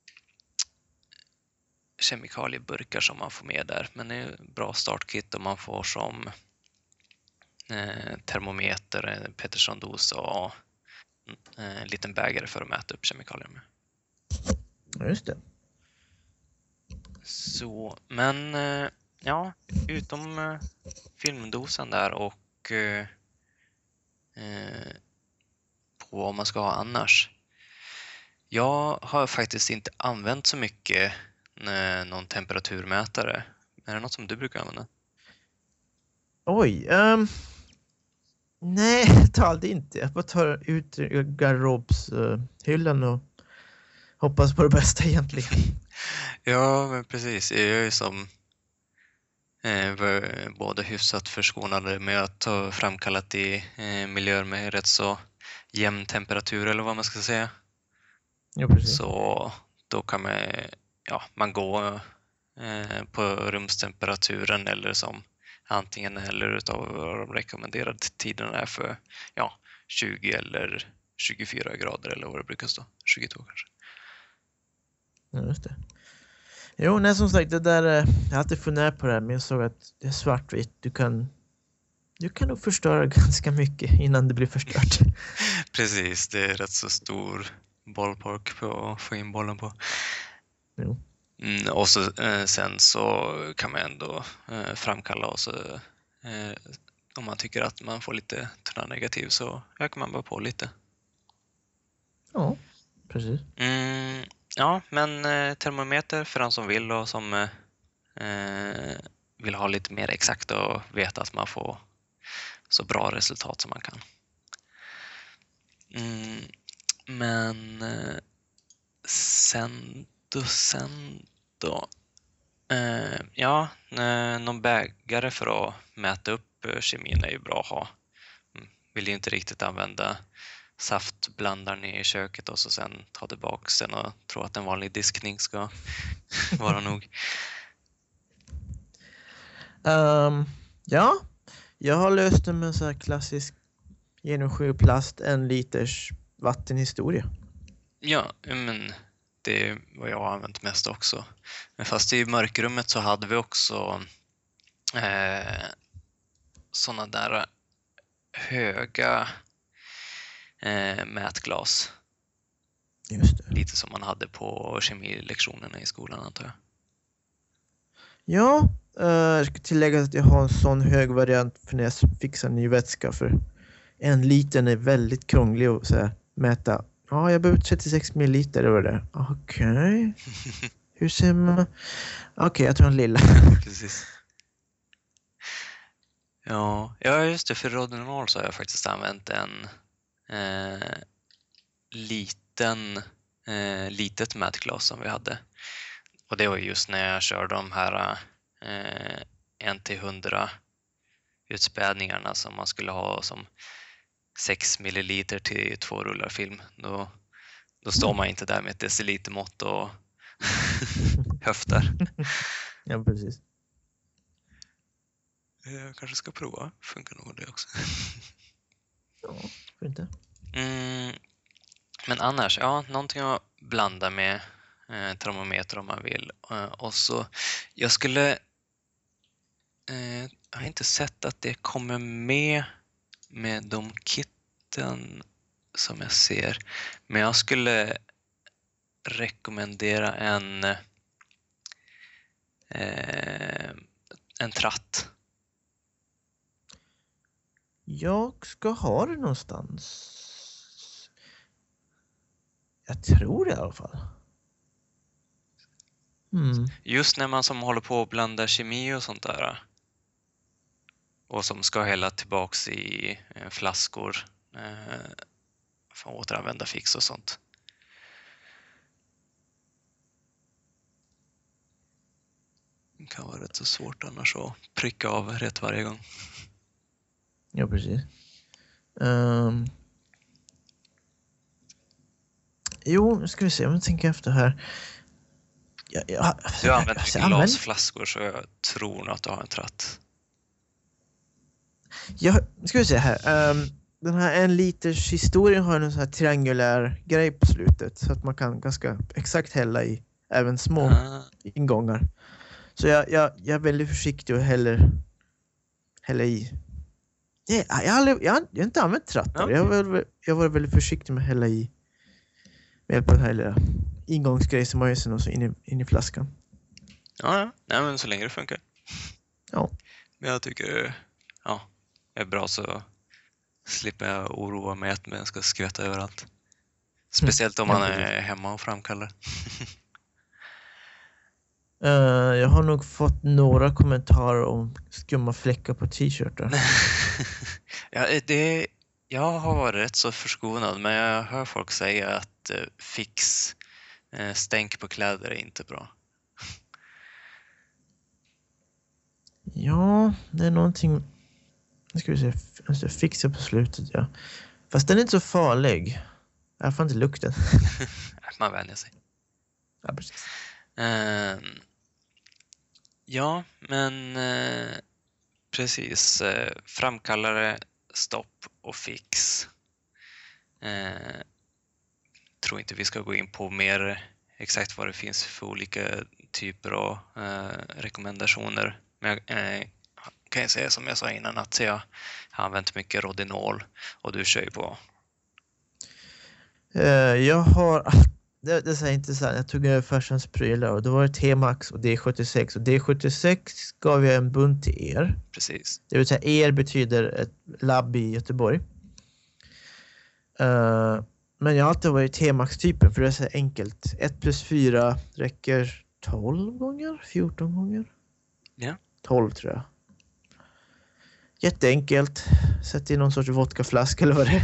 kemikalieburkar som man får med där. Men det är bra startkit och man får som eh, termometer, en Peterson-dos och eh, en liten bägare för att mäta upp kemikalier med. ja, just det. Så, men eh, ja, utom eh, filmdosan där och eh, eh, på vad man ska ha annars. Jag har faktiskt inte använt så mycket eh, någon temperaturmätare. Är det något som du brukar använda? Oj, um, nej, jag tar aldrig inte. Jag bara tar ut garderobshyllan och hoppas på det bästa egentligen. Ja, men precis. Jag är ju som eh, var både hyfsat förskonade med att ha framkallat i eh, miljöer med rätt så jämn temperatur eller vad man ska säga. Ja, precis. Så då kan man, ja, man gå eh, på rumstemperaturen eller som antingen eller utav vad de rekommenderade tiderna är för ja, tjugo eller tjugofyra grader eller vad det brukar stå. tjugotvå kanske. Ja, just det. Jo, nej, som sagt, det där, jag har alltid funderat på det här, men jag såg att det är svartvitt. Du kan, du kan nog förstöra ganska mycket innan det blir förstört. Precis, det är rätt så stor bollpark på att få in bollen på. Jo. Mm, och så, eh, sen så kan man ändå eh, framkalla och så eh, om man tycker att man får lite tunna negativ så ökar man bara på lite. Ja, precis. Mm, ja, men eh, termometer för den som vill och som eh, vill ha lite mer exakt och veta att man får så bra resultat som man kan. Mm, men eh, sen då, sen då eh, ja, eh, någon bägare för att mäta upp eh, kemin är ju bra att ha. Mm, vill ju inte riktigt använda saftblandaren i köket och så sen ta tillbaka den och tro att en vanlig diskning ska vara nog. Um, ja, jag har löst det med en så här klassisk genomskinlig plast, en liters vattenhistoria. Ja, men det är vad jag har använt mest också. Men fast i mörkrummet så hade vi också eh, sådana där höga eh, mätglas. Just det. Lite som man hade på kemilektionerna i skolan antar jag. Ja, uh, jag ska tillägga att jag har en sån hög variant för när jag fixar ny vätska, för en liten är väldigt krånglig att så här, mäta. Ja, jag behöver trettiosex milliliter över det. Okej. Okay. Hur ser man? Okej, okay, jag tar en lilla. Precis. Ja, ja, just det. För Rodinol så har jag faktiskt använt en eh, liten eh, litet mätglas som vi hade. Och det var just när jag körde de här eh, en till hundra utspädningarna som man skulle ha som sex milliliter till två rullar film. Då, då står man inte där med ett decilitermått och höftar. Ja, precis. Jag kanske ska prova. Funkar nog det också. Ja, för inte. Mm, men annars, ja, någonting att blanda med eh, termometer om man vill. Eh, och så, jag skulle eh, jag har inte sett att det kommer med med de kitten som jag ser. Men jag skulle rekommendera en eh, en tratt. Jag ska ha det någonstans. Jag tror det i alla fall. Mm. Just när man som håller på att blanda kemi och sånt där. Och som ska hälla tillbaks i eh, flaskor. Eh, för att återanvända fix och sånt. Det kan vara rätt så svårt annars att pricka av rätt varje gång. Ja, precis. Um. Jo, nu ska vi se om jag tänker efter här. Jag, jag, du har använt jag, glasflaskor så jag tror att du har en tratt. Ja, ska vi se här. Um, den här en liters historien har en sån här triangulär grej på slutet så att man kan ganska exakt hälla i även små ah. ingångar. Så jag, jag, jag är väldigt försiktig och häller, häller i. Yeah, jag, har aldrig, jag, har, jag har inte använt trattar. Okay. Jag var, jag var väldigt försiktig med att hälla i med hjälp av den här lilla ingångsgrejen som har och så in i, in i flaskan. Ja, ja. Nej, men så länge det funkar. Ja. Men jag tycker ja, det är bra så slipper jag oroa mig att man ska skvätta överallt. Speciellt om man är hemma och framkallar. Uh, jag har nog fått några kommentarer om skumma fläckar på t-shirtar. ja, det, jag har varit rätt så förskonad, men jag hör folk säga att uh, fix uh, stänk på kläder är inte bra. Ja, det är någonting. Nu ska vi se, jag ska fixa på slutet, ja. Fast den är inte så farlig. Jag får inte lukten. Man vänjer sig. Ja, precis. Uh, ja, men uh, precis. Uh, framkallare, stopp och fix. Uh, tror inte vi ska gå in på mer exakt vad det finns för olika typer av uh, rekommendationer. Men jag uh, kan jag säga som jag sa innan att jag har använt mycket Rodinol och du kör ju på. Uh, jag har... Det, det är så intressant. Jag tog över farsans prylar och då var det T-Max och D sjuttiosex. Och D sjuttiosex gav jag en bunt till er. Precis. Det vill säga er betyder ett labb i Göteborg. Uh, men jag har alltid varit T-Max-typen för det är så enkelt. ett plus fyra räcker tolv gånger? fjorton gånger? Ja. tolv tror jag. Jätteenkelt. Sätt i någon sorts vodkaflaska eller vad det är.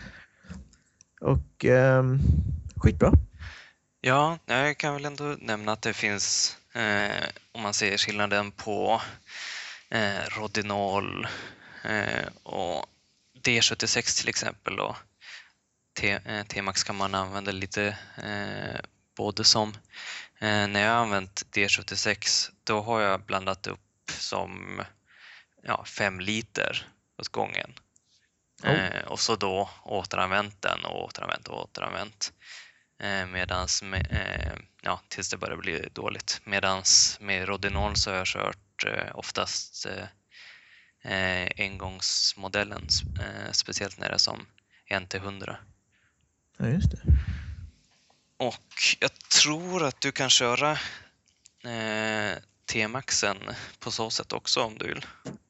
Och um, skitbra. Ja, jag kan väl ändå nämna att det finns, eh, om man ser skillnaden på eh, Rodinol eh, och D sjuttiosex till exempel. Då. T- eh, T-Max kan man använda lite eh, både som. Eh, när jag har använt D sjuttiosex då har jag blandat upp som ja, fem liter åt gången. Oh. Eh, och så då återanvänt den och återanvänt och återanvänt. Eh, medans med, eh, ja, tills det börjar bli dåligt. Medans med Rodinol så har jag kört eh, oftast eh, engångsmodellen. Eh, speciellt när det är som en till hundra. Ja, just det. Och jag tror att du kan köra eh, T-Maxen på så sätt också om du vill.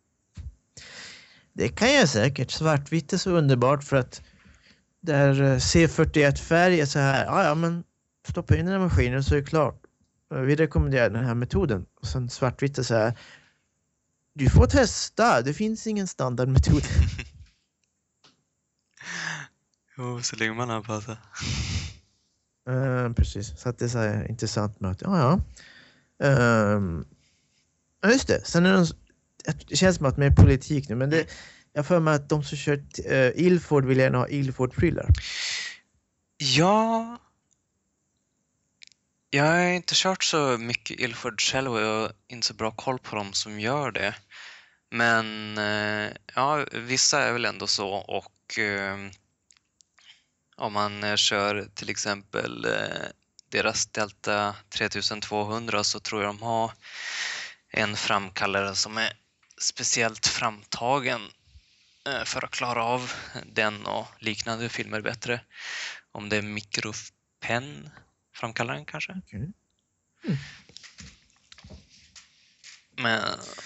Det kan jag säkert. Svartvitt är så underbart för att där C fyrtioett-färg är så här, ja, ja men stoppa in den här maskinen så är det klart. Vi rekommenderar den här metoden. Och sen svartvitt är så här, du får testa, det finns ingen standardmetod. Jo, så länge man anpassar. Uh, precis, så att det är så här intressant med att, ja ja. Um, ja just det, sen är det, det känns som att med politik nu, men det jag får med att de som kört uh, Ilford vill gärna ha Ilford-prylar. Ja. Jag har inte kört så mycket Ilford själv och jag har inte så bra koll på dem som gör det. Men uh, ja, vissa är väl ändå så och uh, om man uh, kör till exempel uh, deras Delta tretusentvåhundra så tror jag de har en framkallare som är speciellt framtagen för att klara av den och liknande filmer bättre. Om det är mikropen framkallaren kanske. Okay. Mm. Men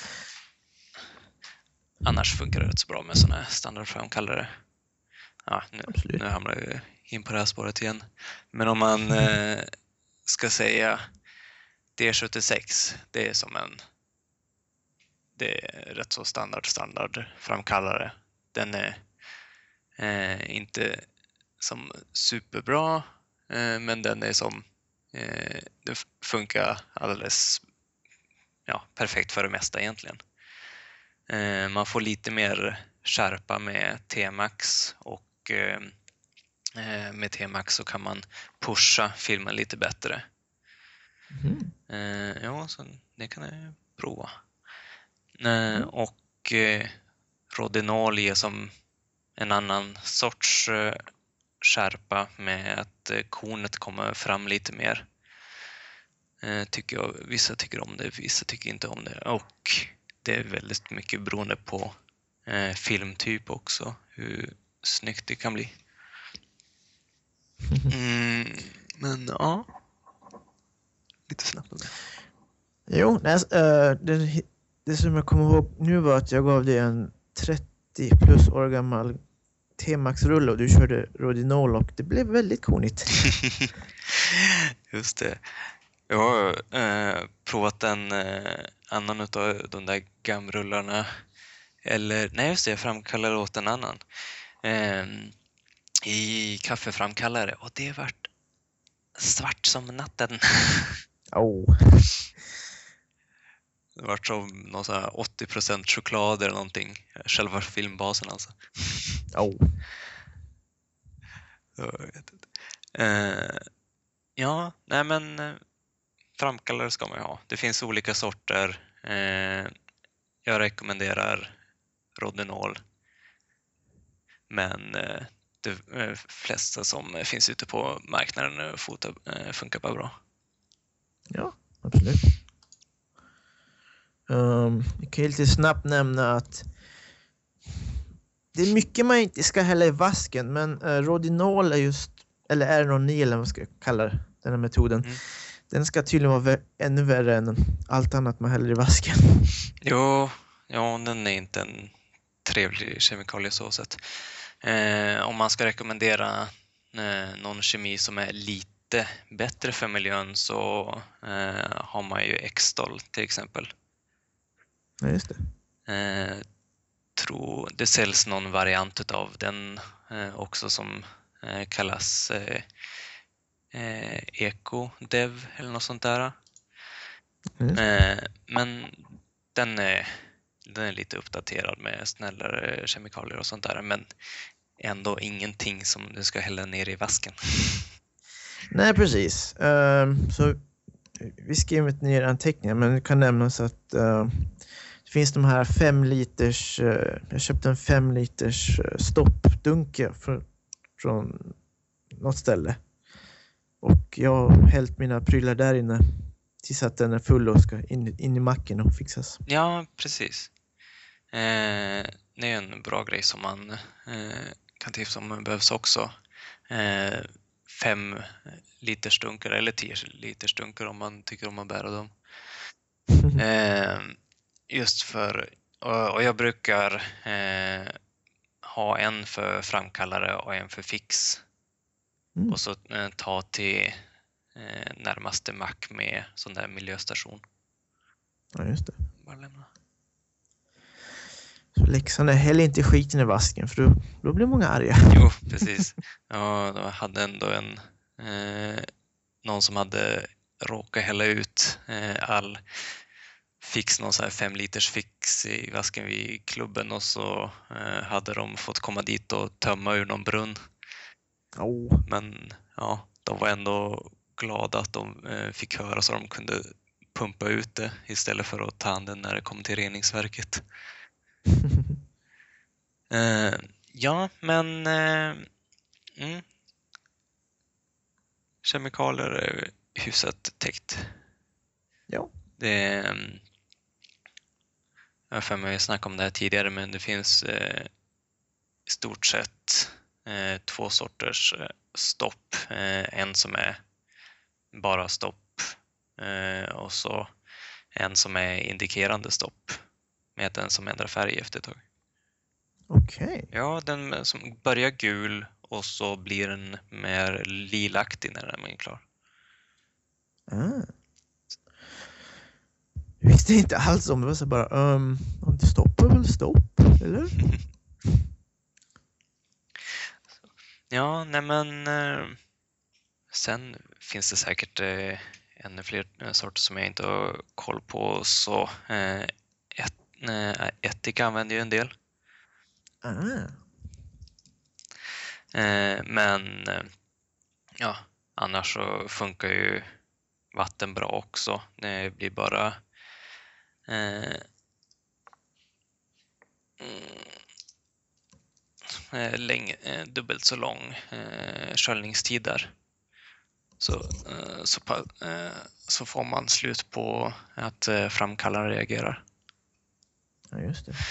annars funkar det rätt så bra med sådana här standardframkallare. Ja, nu, nu hamnar vi in på det här spåret igen. Men om man eh, ska säga D sjuttiosex, det är som en det är rätt så standard standard framkallare. Den är eh, inte som superbra eh, men den är som eh, det funkar alldeles ja, perfekt för det mesta egentligen. Eh, man får lite mer skärpa med T-Max och eh, med T-Max så kan man pusha filmen lite bättre. Mm. Eh, ja, så det kan jag prova. Mm. Och eh, Rodinol är som en annan sorts eh, skärpa med att eh, kornet kommer fram lite mer. Eh, tycker jag, vissa tycker om det, vissa tycker inte om det. Och det är väldigt mycket beroende på eh, filmtyp också, hur snyggt det kan bli. Mm, men ja, lite snabbt om det. Jo, nej, uh, det det som jag kommer ihåg nu var att jag gav dig en trettio plus år gammal T-Max-rulle och du körde Rodinol och det blev väldigt konigt. Just det. Jag har eh, provat en eh, annan utav de där gamrullarna. Eller, nej just det, jag framkallade åt en annan. Eh, I kaffeframkallare. Och det vart svart som natten. Oh. Det vart som någon sån här åttio procent choklad eller någonting. Själva filmbasen alltså. Oh. Jag vet inte. Eh, ja, nej men eh, framkallare ska man ju ha. Det finns olika sorter. Eh, jag rekommenderar Rodinol. Men eh, de eh, flesta som finns ute på marknaden fotar, eh, funkar bara bra. Ja, absolut. Um, jag kan ju lite snabbt nämna att det är mycket man inte ska hälla i vasken, men uh, Rodinol är just, eller R noll nio eller vad man ska kalla den här metoden. Mm. Den ska tydligen vara vä- ännu värre än allt annat man häller i vasken. Jo, ja, den är inte en trevlig kemikalie så sätt. Eh, om man ska rekommendera eh, någon kemi som är lite bättre för miljön så eh, har man ju Extol till exempel. Ja, just det. Eh, tror, det säljs någon variant av den eh, också som eh, kallas eh, eh, Eco-Dev eller något sånt där. Mm. Eh, men den är, den är lite uppdaterad med snällare kemikalier och sånt där, men ändå ingenting som du ska hälla ner i vasken. Nej, precis. Uh, så vi skrivit ner anteckningar, men det kan nämnas att uh, det finns de här fem liters, uh, jag köpte en fem liters uh, stoppdunke från, från något ställe. Och jag har hällt mina prylar där inne tills att den är full och ska in, in i macken och fixas. Ja, precis. Eh, det är en bra grej som man eh, kan tipsa om behövs också. Eh, fem liters dunkar eller tio liters dunkar om man tycker om att bära dem. Eh, just för, och, och jag brukar eh, ha en för framkallare och en för fix. Mm. Och så eh, ta till eh, närmaste mack med sån där miljöstation. Ja, just det. Bara lämna. Så läxan är häll inte skiten i vasken för då, då blir många arga. Jo, precis. Ja, jag hade ändå en eh, någon som hade råkat hälla ut eh, all fix, någon så här fem liters fix i vasken vid klubben och så eh, hade de fått komma dit och tömma ur någon brunn. Oh. Men ja, de var ändå glada att de eh, fick höra så de kunde pumpa ut det istället för att ta handen när det kom till reningsverket. uh, ja, men uh, mm. kemikalier är hyfsat täckt. Ja. Det um, jag har för mig snackat om det här tidigare, men det finns uh, i stort sett uh, två sorters uh, stopp. Uh, en som är bara stopp uh, och så en som är indikerande stopp med den som ändrar färg efter ett tag. Okej. Okay. Ja, den som börjar gul och så blir den mer lilaktig när den är klar. Ah. Jag visste inte alls om det, var så bara um, om det stoppar väl stopp, eller? Ja, nej men eh, sen finns det säkert eh, ännu fler sorter som jag inte har koll på, så eh, et, eh, Etika använder ju en del. Ah. Eh, men eh, ja, annars så funkar ju vatten bra också. Det blir bara eh, mm, länge, eh, dubbelt så lång eh, sköljningstid där. Så, eh, så, eh, så får man slut på att eh, framkallaren reagerar. Ja, just det.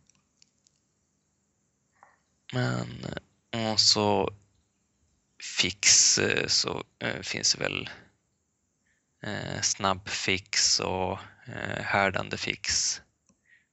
Men och så fix så äh, finns det väl äh, snabb fix och äh, härdande fix.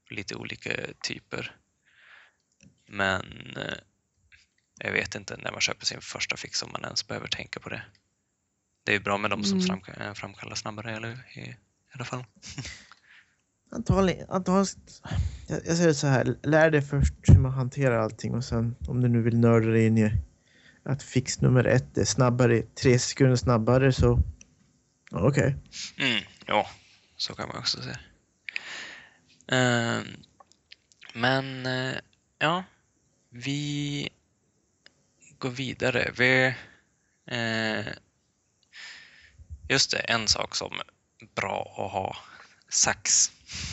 lite olika typer. Men eh, jag vet inte när man köper sin första fix om man ens behöver tänka på det. Det är bra med de som Mm. framk- framkallar snabbare eller, i, i alla fall. Antagligen, antagligen jag, jag säger så här, lär dig först hur man hanterar allting och sen om du nu vill nörda dig in i att fix nummer ett är snabbare, tre sekunder snabbare så ja, okej. Okay. Mm, ja, så kan man också säga. Uh, men uh, ja, vi går vidare. Vi, uh, just det, en sak som är bra att ha, sax.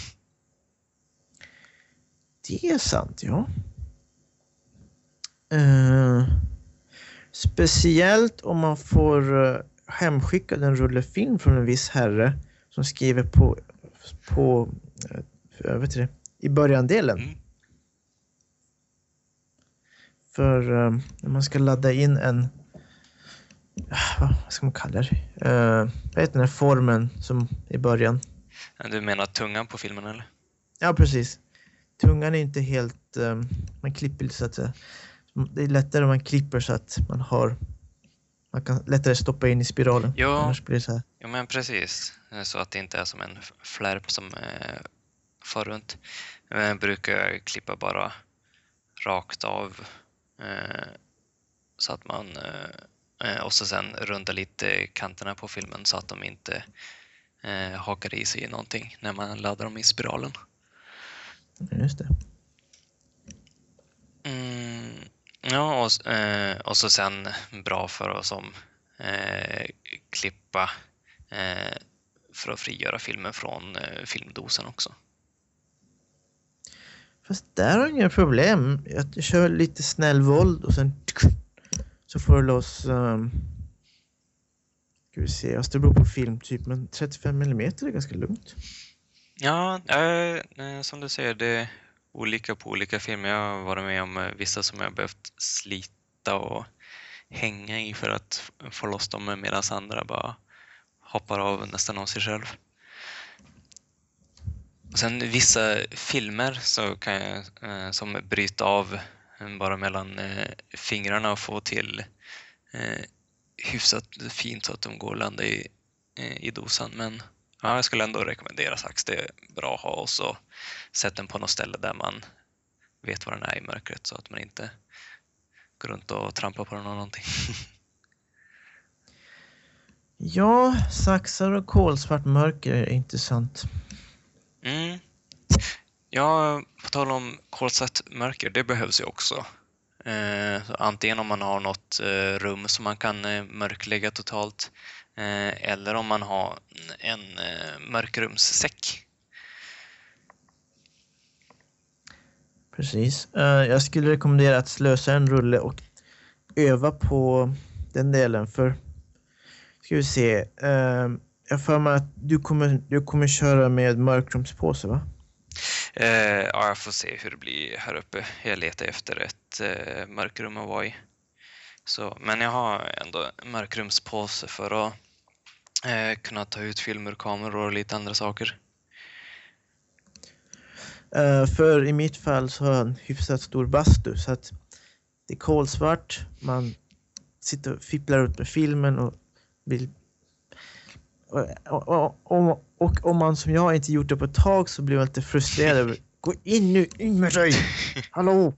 Det är sant, ja. Uh, speciellt om man får uh, hemskickad en rulle film från en viss herre som skriver på, på uh, vet du, i början-delen. Mm. För uh, när man ska ladda in en uh, vad ska man kalla det? Uh, vad heter den här formen som i början? Du menar tungan på filmen eller? Ja, precis. Tungan är inte helt... Um, man klipper så att... Uh, det är lättare om man klipper så att man har... Man kan lättare stoppa in i spiralen. Ja, annars blir det så här. Ja men precis. Så att det inte är som en flärp som eh, far runt. Jag brukar klippa bara rakt av. Eh, så att man... Eh, och så sen runda lite kanterna på filmen så att de inte eh, hakar i sig i någonting när man laddar dem i spiralen. Just det. Mm, ja, och, eh, och så sen bra för oss som eh, klippa eh, för att frigöra filmen från eh, filmdosen också. Fast där har jag inga problem. Jag kör lite snäll våld och sen så får du loss... Um, ska vi se, jag står beror på filmtyp, men trettiofem millimeter är ganska lugnt. Ja, äh, som du säger, det är olika på olika filmer. Jag har varit med om vissa som jag behövt slita och hänga i för att få loss dem, medan andra bara hoppar av nästan av sig själv. Och sen vissa filmer så kan jag eh, som bryta av bara mellan eh, fingrarna och få till eh, hyfsat fint så att de går att landa i, eh, i dosan. Men ja, jag skulle ändå rekommendera sax. Det är bra att ha, och så sätt den på något ställe där man vet var den är i mörkret så att man inte går runt och trampar på den eller någonting. Ja, saxar och kolsvart mörker är intressant. Mm. Ja, på tal om kolsvart mörker, det behövs ju också. Eh, antingen om man har något eh, rum som man kan eh, mörklägga totalt, eh, eller om man har en eh, mörkrumssäck. Precis. Uh, jag skulle rekommendera att slösa en rulle och öva på den delen, för ska vi se. Uh, jag för mig att du kommer, du kommer köra med mörkrumspåse, va? Eh, ja, jag får se hur det blir här uppe. Jag letar efter ett eh, mörkrum att vara i. Så, men jag har ändå en mörkrumspåse för att eh, kunna ta ut film ur kameror och lite andra saker. Uh, för i mitt fall så har jag en hyfsat stor bastu, så att det är kolsvart. Man sitter och fipplar ut med filmen och vill... Och, och, och, och, och om man som jag inte gjort det på ett tag så blir man lite frustrerad. Gå in nu, in med dig! Hallå!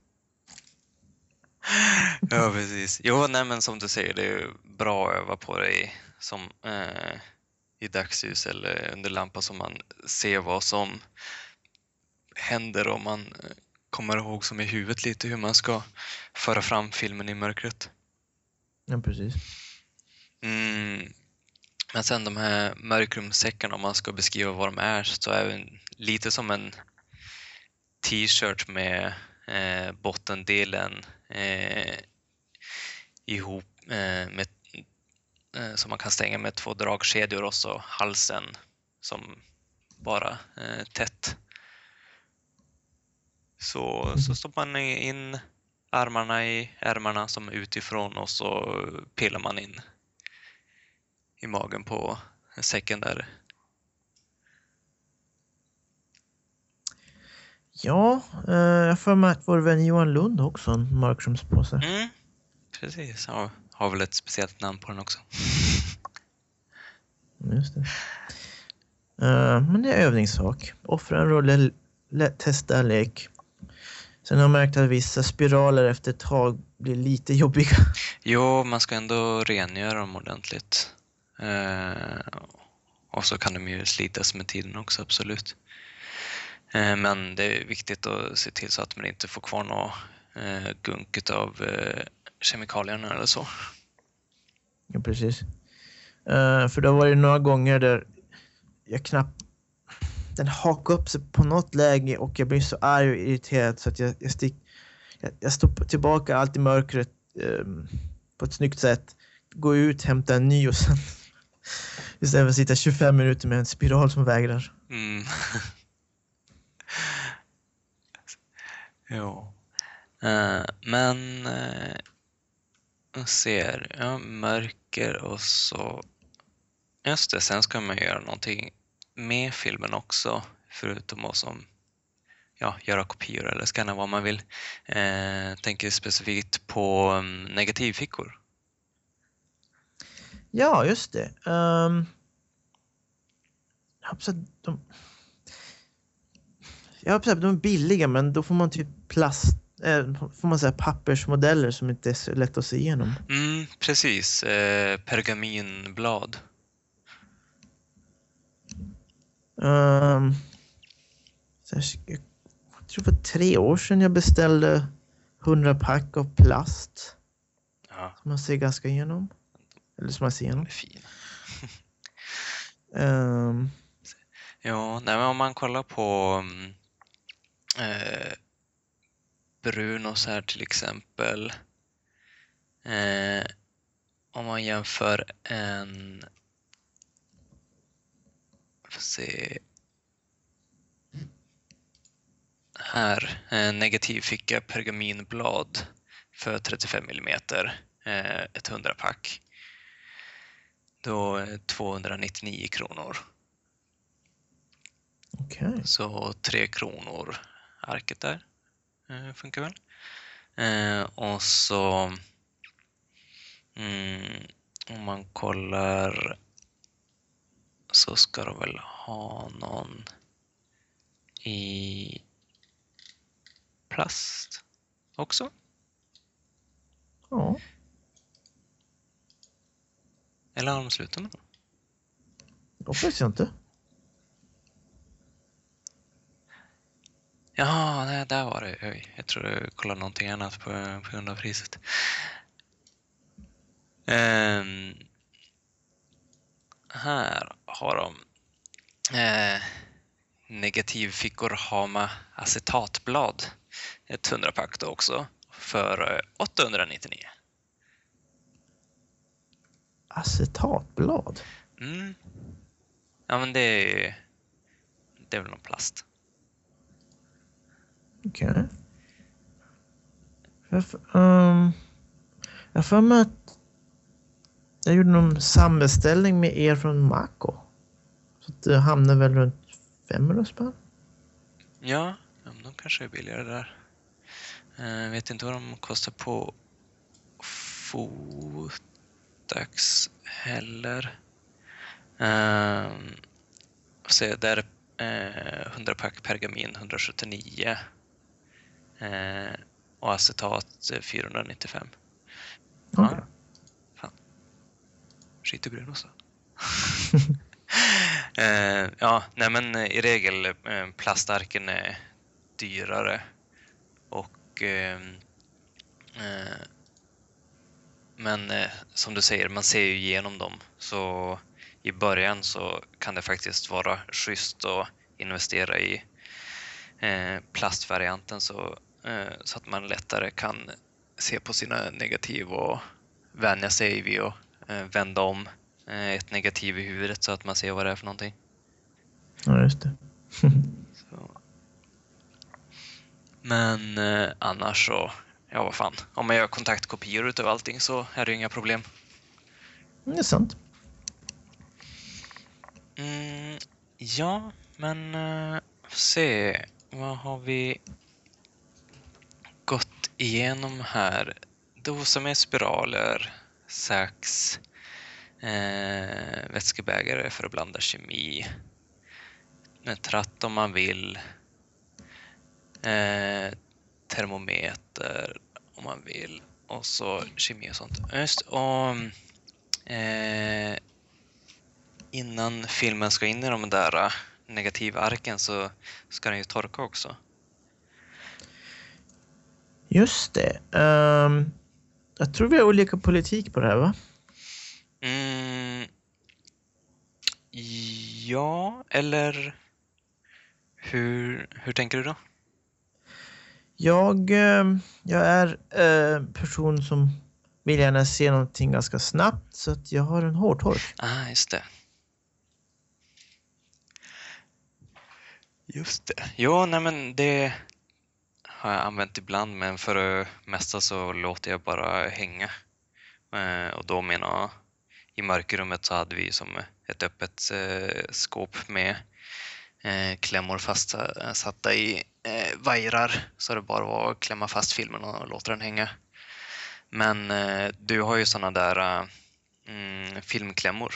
Ja, precis. Jo, nej, men som du säger, det är bra att öva på det i, som, eh, i dagsljus eller under lampa, så man ser vad som händer och man kommer ihåg som i huvudet lite hur man ska föra fram filmen i mörkret. Ja, precis. Mm. Men sen de här mörkrumssäckarna, om man ska beskriva vad de är, så är det lite som en t-shirt med eh, bottendelen eh, ihop eh, med, eh, som man kan stänga med två dragkedjor, och så halsen som bara eh, tätt. Så, mm. så stoppar man in armarna i ärmarna som utifrån, och så pillar man in i magen på säcken där. Ja, eh, jag får med att vår vän Johan Lund också har en mörkrumspåse. Mm, precis. Ja, har väl ett speciellt namn på den också. Just det. Uh, men det är övningssak. Offra en roll, testa lek. Sen har jag märkt att vissa spiraler efter ett tag blir lite jobbiga. Jo, man ska ändå rengöra dem ordentligt. Uh, och så kan de ju slitas med tiden också, absolut. Uh, men det är viktigt att se till så att man inte får kvar något uh, gunket av uh, kemikalierna eller så. Ja, precis. Uh, för det var ju några gånger där jag knappt den hakade upp sig på något läge och jag blir så arg och irriterad så att jag, jag, stick, jag, jag står tillbaka allt i mörkret um, på ett snyggt sätt. Gå ut, hämta en ny och sen istället för att sitta tjugofem minuter med en spiral som vägrar. Mm. Jo. Uh, men uh, jag ser ja, mörker och så just det, sen ska man göra någonting med filmen också förutom att som ja, göra kopior eller scanna vad man vill. Uh, tänker specifikt på um, negativfickor. Ja, just det. Um, jag hoppas att de jag hoppas att de är billiga, men då får man typ plast äh, får man säga pappersmodeller som inte är så lätt att se igenom. Mm, precis. Eh, pergaminblad. Um, så jag, jag tror för tre år sedan jag beställde hundra pack av plast. Ja. Som man ser ganska igenom. Eller som man ser igenom. De är fina. um, Ja, nej, men om man kollar på eh, Brunos här till exempel. Eh, om man jämför en får se här, en negativficka pergaminblad för trettiofem millimeter, eh, ett hundra pack. Då tvåhundranittionio kronor. Okej. Okay. Så tre kronor arket där eh, funkar väl. Eh, och så mm, om man kollar så ska de väl ha någon i plast också. Ja. Eller har de slutat med dem? Hoppas jag inte. Ja, nej, där var det. Oj, jag tror jag kollade någonting annat på, på grund av priset. Um, här har de eh, negativfickor Hama acetatblad. Ett hundra pack då också för åttahundranittionio. Acetatblad? Mm. Ja, men det är det är väl någon plast. Okej. Okay. Jag um, jag får med att jag gjorde någon sambeställning med er från Mako. Så det hamnar väl runt femhundra spänn. Ja, de kanske är billigare där. Jag vet inte vad de kostar på Fotax heller. Um, så där är hundra pack pergamin hundrasjuttionio uh, och acetat fyrahundranittiofem. Okay. Ja, fan. Skit i Bruno så. uh, ja, nej men i regel uh, plastarken är dyrare och uh, uh, men uh, som du säger, man ser ju igenom dem, så i början så kan det faktiskt vara schysst att investera i uh, plastvarianten så, uh, så att man lättare kan se på sina negativ och vänja sig vid att uh, vända om uh, ett negativ i huvudet så att man ser vad det är för någonting. Ja, just det. Så. Men eh, annars så, ja vad fan, om man gör kontaktkopior utav allting så är det inga problem. Det är sant. Mm, ja, men eh, se. vad har vi gått igenom här? Dosa med spiraler, sax, eh, vätskebägare för att blanda kemi, en tratt om man vill, eh, termometer om man vill, och så kemi och sånt. Just, och eh, innan filmen ska in i de där negativarken så ska den ju torka också. Just det. Um, jag tror vi har olika politik på det här, va? Mm, ja, eller hur, hur tänker du då? Jag, eh, jag är en person som vill gärna se någonting ganska snabbt, så att jag har en hårtork. Ah, just det. Just det. Jo, nej men det har jag använt ibland, men för det mesta så låter jag bara hänga. Eh, och då menar jag, i mörkerrummet så hade vi som ett öppet eh, skåp med eh, klämmor fastsatta i eh, vajrar, så det bara var att klämma fast filmen och låta den hänga. Men eh, du har ju såna där eh, mm, filmklämmor.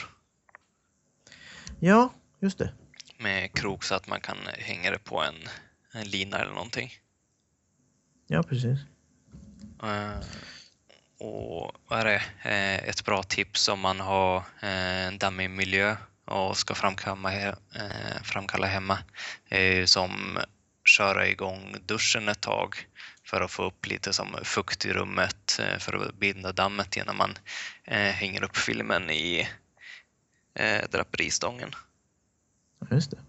Ja, just det. Med krok så att man kan hänga det på en, en lina eller någonting. Ja, precis. Uh, och vad är det? Uh, ett bra tips om man har uh, en dammig miljö och ska framkalla, uh, framkalla hemma är som köra igång duschen ett tag för att få upp lite som fukt i rummet, uh, för att binda dammet innan man uh, hänger upp filmen i uh, draperistången. Just det.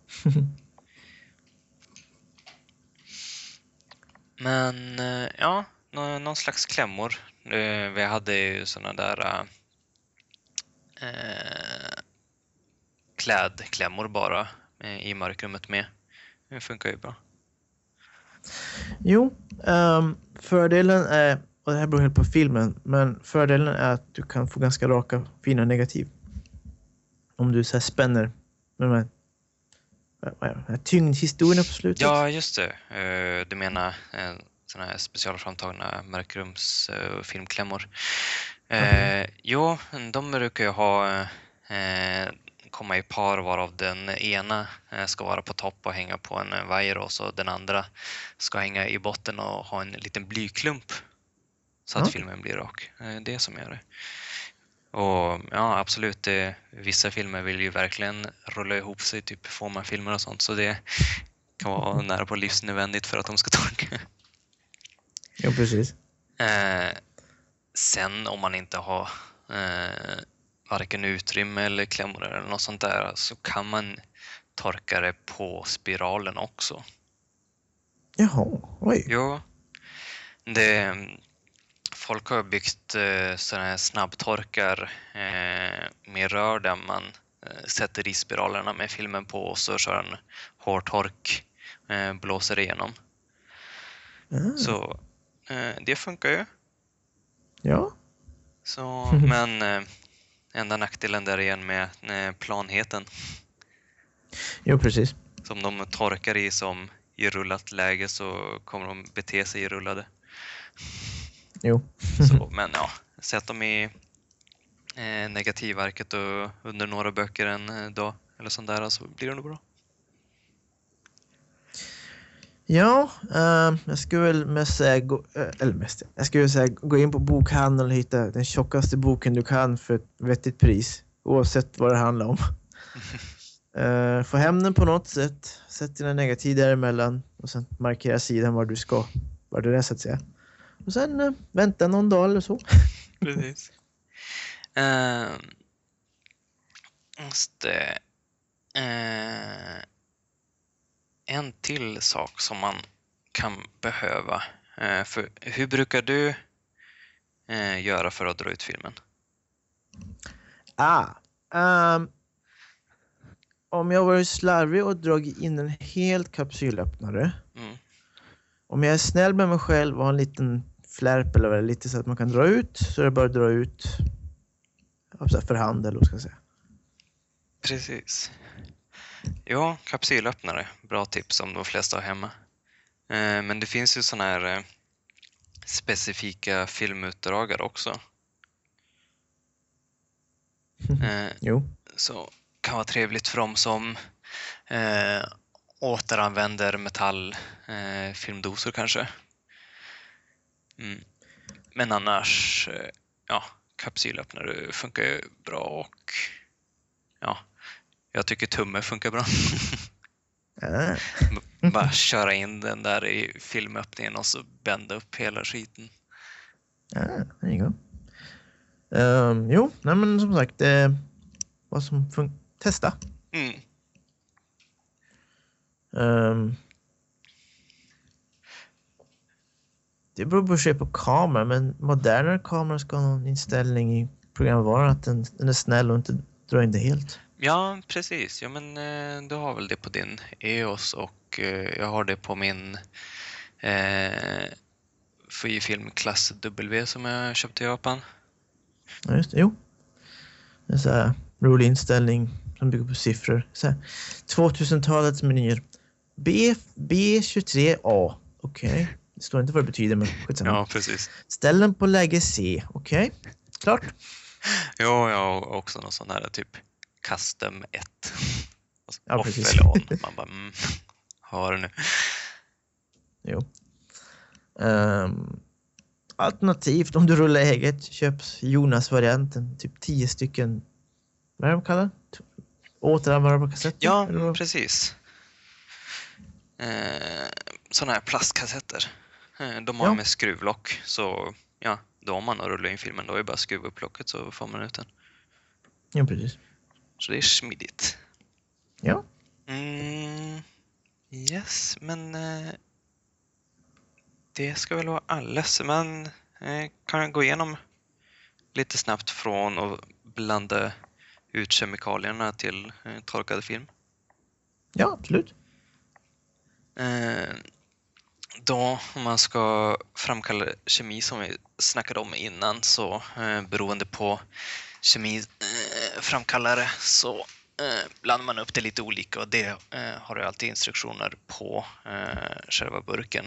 Men ja, någon slags klämmor. Vi hade ju såna där äh, klädklämmor bara i mörkrummet med. Det funkar ju bra. Jo, um, fördelen är, och det här beror helt på filmen, men fördelen är att du kan få ganska raka, fina negativ. Om du så här spänner med de här tyngdhistorierna på slutet. Ja, just det. Du menar såna här specialframtagna mörkrums filmklämmor. Mm. Jo, de brukar ju ha komma i par, varav den ena ska vara på topp och hänga på en vajer, och så den andra ska hänga i botten och ha en liten blyklump så att mm. filmen blir rak. Det är det som gör det. Och ja, absolut, det, vissa filmer vill ju verkligen rulla ihop sig, typ Fåman-filmer och sånt, så det kan vara nära på livsnödvändigt för att de ska torka. Ja, precis. Eh, sen om man inte har eh, varken utrymme eller klämmor eller något sånt där, så kan man torka det på spiralen också. Jaha, oj. Jo, det... Folk har byggt eh, sådana här snabbtorkar eh, med rör där man eh, sätter i spiralerna med filmen på, och så kör en hårtork, eh, blåser igenom. Mm. Så eh, det funkar ju. Ja. Så, men eh, enda nackdelen där igen med eh, planheten. Jo, precis. Som de torkar i som i rullat läge, så kommer de bete sig i rullade. Jo. Så, men ja, sätt dem i eh, negativarket och under några böcker en dag eller sånt där, så blir det nog bra. Ja, uh, jag skulle väl mest säga, gå, uh, eller mest, jag skulle säga gå in på bokhandeln och hitta den tjockaste boken du kan för ett vettigt pris, oavsett vad det handlar om. uh, få hem den på något sätt, sätt dina negativ däremellan och sen markera sidan var du ska, var du är så att säga. Och sen uh, vänta någon dag eller så. Precis. Uh, just det. Uh, en till sak som man kan behöva. Uh, för hur brukar du uh, göra för att dra ut filmen? Ah, um, om jag varit slarvig och dragit in en helt kapsylöppnare. Mm. Om jag är snäll med mig själv och har en liten flärp eller lite så att man kan dra ut, så är det bara att dra ut för hand eller vad ska jag säga. Precis. Ja, kapsylöppnare. Bra tips om de flesta har hemma. Eh, men det finns ju såna här eh, specifika filmutdragare också. Eh, Jo. så kan vara trevligt för dem som eh, återanvänder metall eh, filmdosor kanske. Mm. Men annars, eh, ja, kapsylöppnare funkar ju bra och ja, jag tycker tumme funkar bra. Ah. Bara köra in den där i filmöppningen och så bända upp hela skiten. Ah, there you go. Um, jo, nej men som sagt, eh, vad som fun- testa. Mm. Um, det beror på att se på kamera, men modernare kameror ska ha någon inställning i programvaran att den, den är snäll och inte drar in det helt. Ja, precis. Ja, men eh, du har väl det på din E O S och eh, jag har det på min eh, Fujifilm klass W som jag köpte i Japan. Ja, just det. Jo. En så här rolig inställning som bygger på siffror. Så här, tvåtusentalets menyer. B, B tjugotre A. Okej. Okay. Det står inte vad det betyder, men skitsamma. Ja, precis. Ställ den på läge C. Okej. Okay. Klart. Jo, jag har också någon sån här typ custom ett. Alltså, Ja, off precis. eller on. Man bara, mm, har det nu. Jo. Um, alternativt, om du rullar eget, köps Jonas-varianten. Typ tio stycken, vad är de kallar? Återanvändbara kassetter? Ja, eller? precis. Eh, såna här plastkassetter. Eh, de har Ja. med skruvlock. Så ja, då om man har rullat in filmen, då är det bara att skruva upp locket så får man ut den. Ja, precis. Så det är smidigt. Ja. Mm, yes, men eh, det ska väl vara alles. Man eh, kan gå igenom lite snabbt från att blanda ut kemikalierna till eh, torkad film. Ja, absolut. Eh, då om man ska framkalla kemi som vi snackade om innan så eh, beroende på kemiframkallare eh, så eh, blandar man upp det lite olika och det eh, har du alltid instruktioner på eh, själva burken.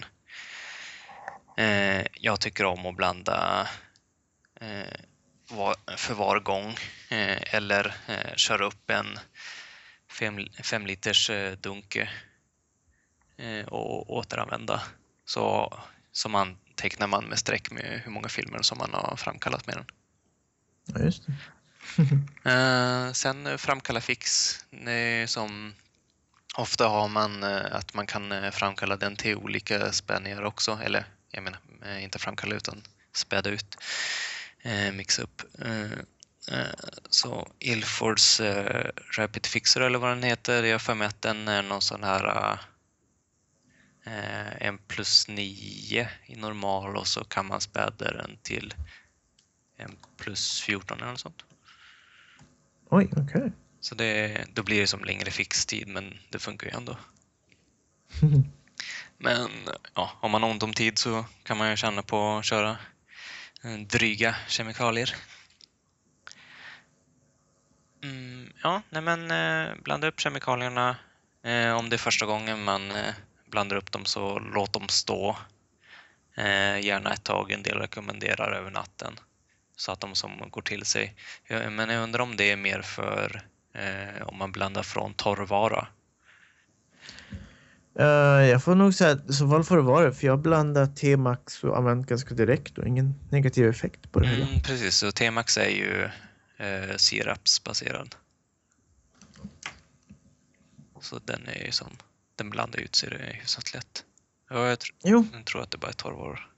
Eh, jag tycker om att blanda eh, var, för var gång eh, eller eh, köra upp en fem, fem liters eh, dunke eh, och återanvända. Så som man tecknar man med streck med hur många filmer som man har framkallat med den. Ja, just det. eh, sen framkalla fix eh, som ofta har man eh, att man kan eh, framkalla den till olika spänningar också. Eller jag menar eh, inte framkalla utan späda ut. Eh, mixa upp. Eh, eh, så Ilfords eh, Rapid Fixer eller vad den heter. Jag får med att den är någon sån här eh, en plus nio i normal och så kan man späda den till en plus fjorton eller något sånt. Oj, okej. Okay. Så det, då blir det som längre fixtid men det funkar ju ändå. Men ja, om man har ont om tid så kan man ju känna på att köra dryga kemikalier. Mm, ja, nej men eh, blanda upp kemikalierna. Eh, om det är första gången man eh, blandar upp dem så låt dem stå. Eh, gärna ett tag, en del rekommenderar över natten. Så att de som går till sig. Ja, men jag undrar om det är mer för eh, om man blandar från torrvara. Uh, jag får nog säga att så fall får det vara, för jag blandar T-Max och använt ganska direkt och ingen negativ effekt på det hela. Mm, precis, så T-Max är ju eh, sirapsbaserad. Så den är ju som, den blandar ut sig det hyfsat lätt. Ja, jag, tr- Jo. jag tror att det bara är torrvaror.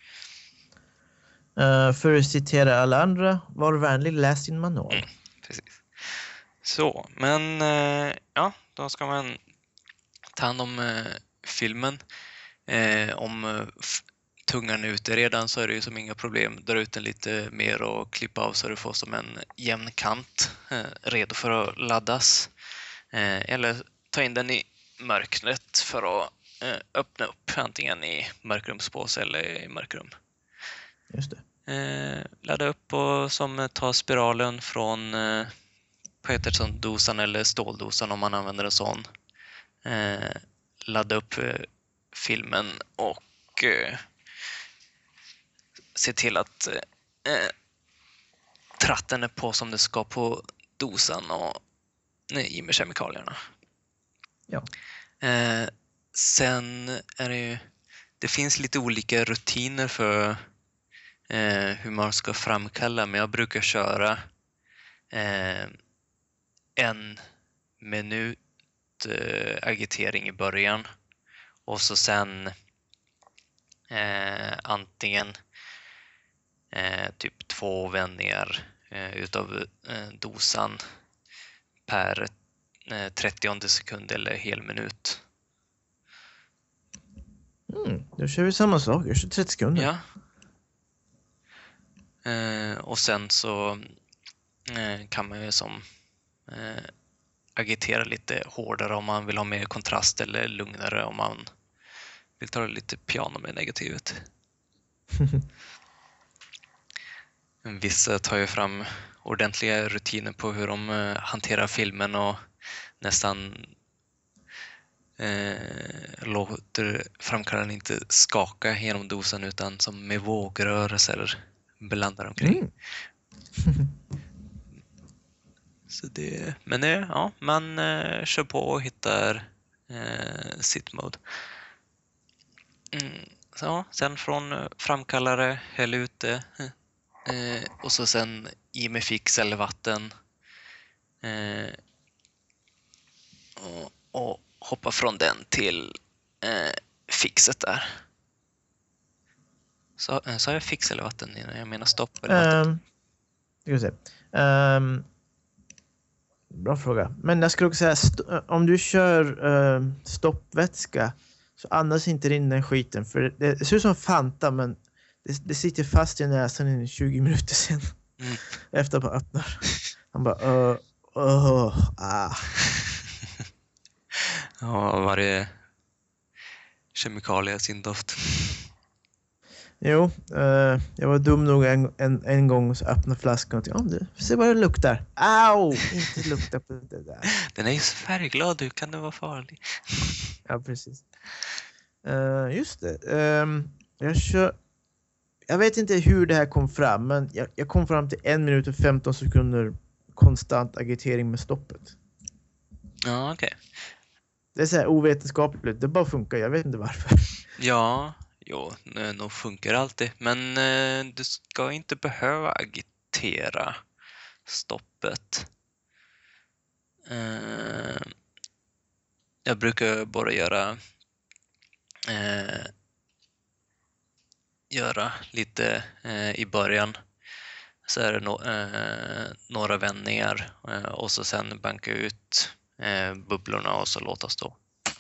Uh, för att citera alla andra, var vänlig, läs din manual. Mm, precis. Så, men eh, ja, då ska man ta hand om eh, filmen. Eh, om eh, f- tungan är ute redan så är det ju som inga problem. Dra ut den lite mer och klippa av så du får som en jämn kant eh, redo för att laddas. Eh, eller ta in den i mörkret för att eh, öppna upp antingen i mörkrumspåse eller i mörkrum. Just det. Eh, ladda upp och som tar spiralen från eh, Peterson-dosan eller ståldosan om man använder en sån. Eh, ladda upp eh, filmen och eh, se till att eh, tratten är på som det ska på dosan och nej, i med kemikalierna. Ja. Eh, sen är det ju, det finns lite olika rutiner för eh, hur man ska framkalla, men jag brukar köra eh, en minut eh, agitering i början och så sen eh, antingen eh, typ två vändningar eh, utav eh, dosan per eh, trettio sekund eller hel minut. Mm, då kör vi samma sak. Jag kör trettio sekunder. Ja. Eh, och sen så eh, kan man ju som eh, agitera lite hårdare om man vill ha mer kontrast eller lugnare om man vill ta det lite piano med negativet. Vissa tar ju fram ordentliga rutiner på hur de eh, hanterar filmen och nästan eh, låter framkallaren inte skaka genom dosan utan som med vågrörelser belandar omkring. Mm. Så det, men det, ja, man eh, kör på och hittar eh, sit mode. Mm, så, sen från framkallare, häll ut det eh, och så sen i med fix eller vatten eh, och, och hoppa från den till eh, fixet där. Så, eh, så har jag fix eller vatten innan jag menar stopp eller vatten. Um, ska vi se. Um, bra fråga. Men jag skulle också säga st- om du kör uh, stoppvätska så andas inte in den skiten, för det, det ser ut som Fanta, men det, det sitter fast i näsan i tjugo minuter sen. Mm. Efter att man öppnar. Han bara uh, uh, ah. Ja, varje kemikalie sin doft. Jo, uh, jag var dum nog en, en, en gång så öppnade flaskan och tänkte, oh, du ser vad det luktar. Au! Inte lukta på det där. Den är ju så färgglad, du kan det vara farlig. Ja, precis. Uh, just det. Um, jag kör... Jag vet inte hur det här kom fram, men jag, jag kom fram till en minut och femton sekunder konstant agitering med stoppet. Ja, okej. Okay. Det är så här ovetenskapligt, det bara funkar, jag vet inte varför. Ja, jo, nog funkar alltid. Men eh, du ska inte behöva agitera stoppet. Eh, jag brukar bara göra eh, göra lite eh, i början. Så är det no- eh, några vändningar eh, och så sen banka ut eh, bubblorna och så låta stå.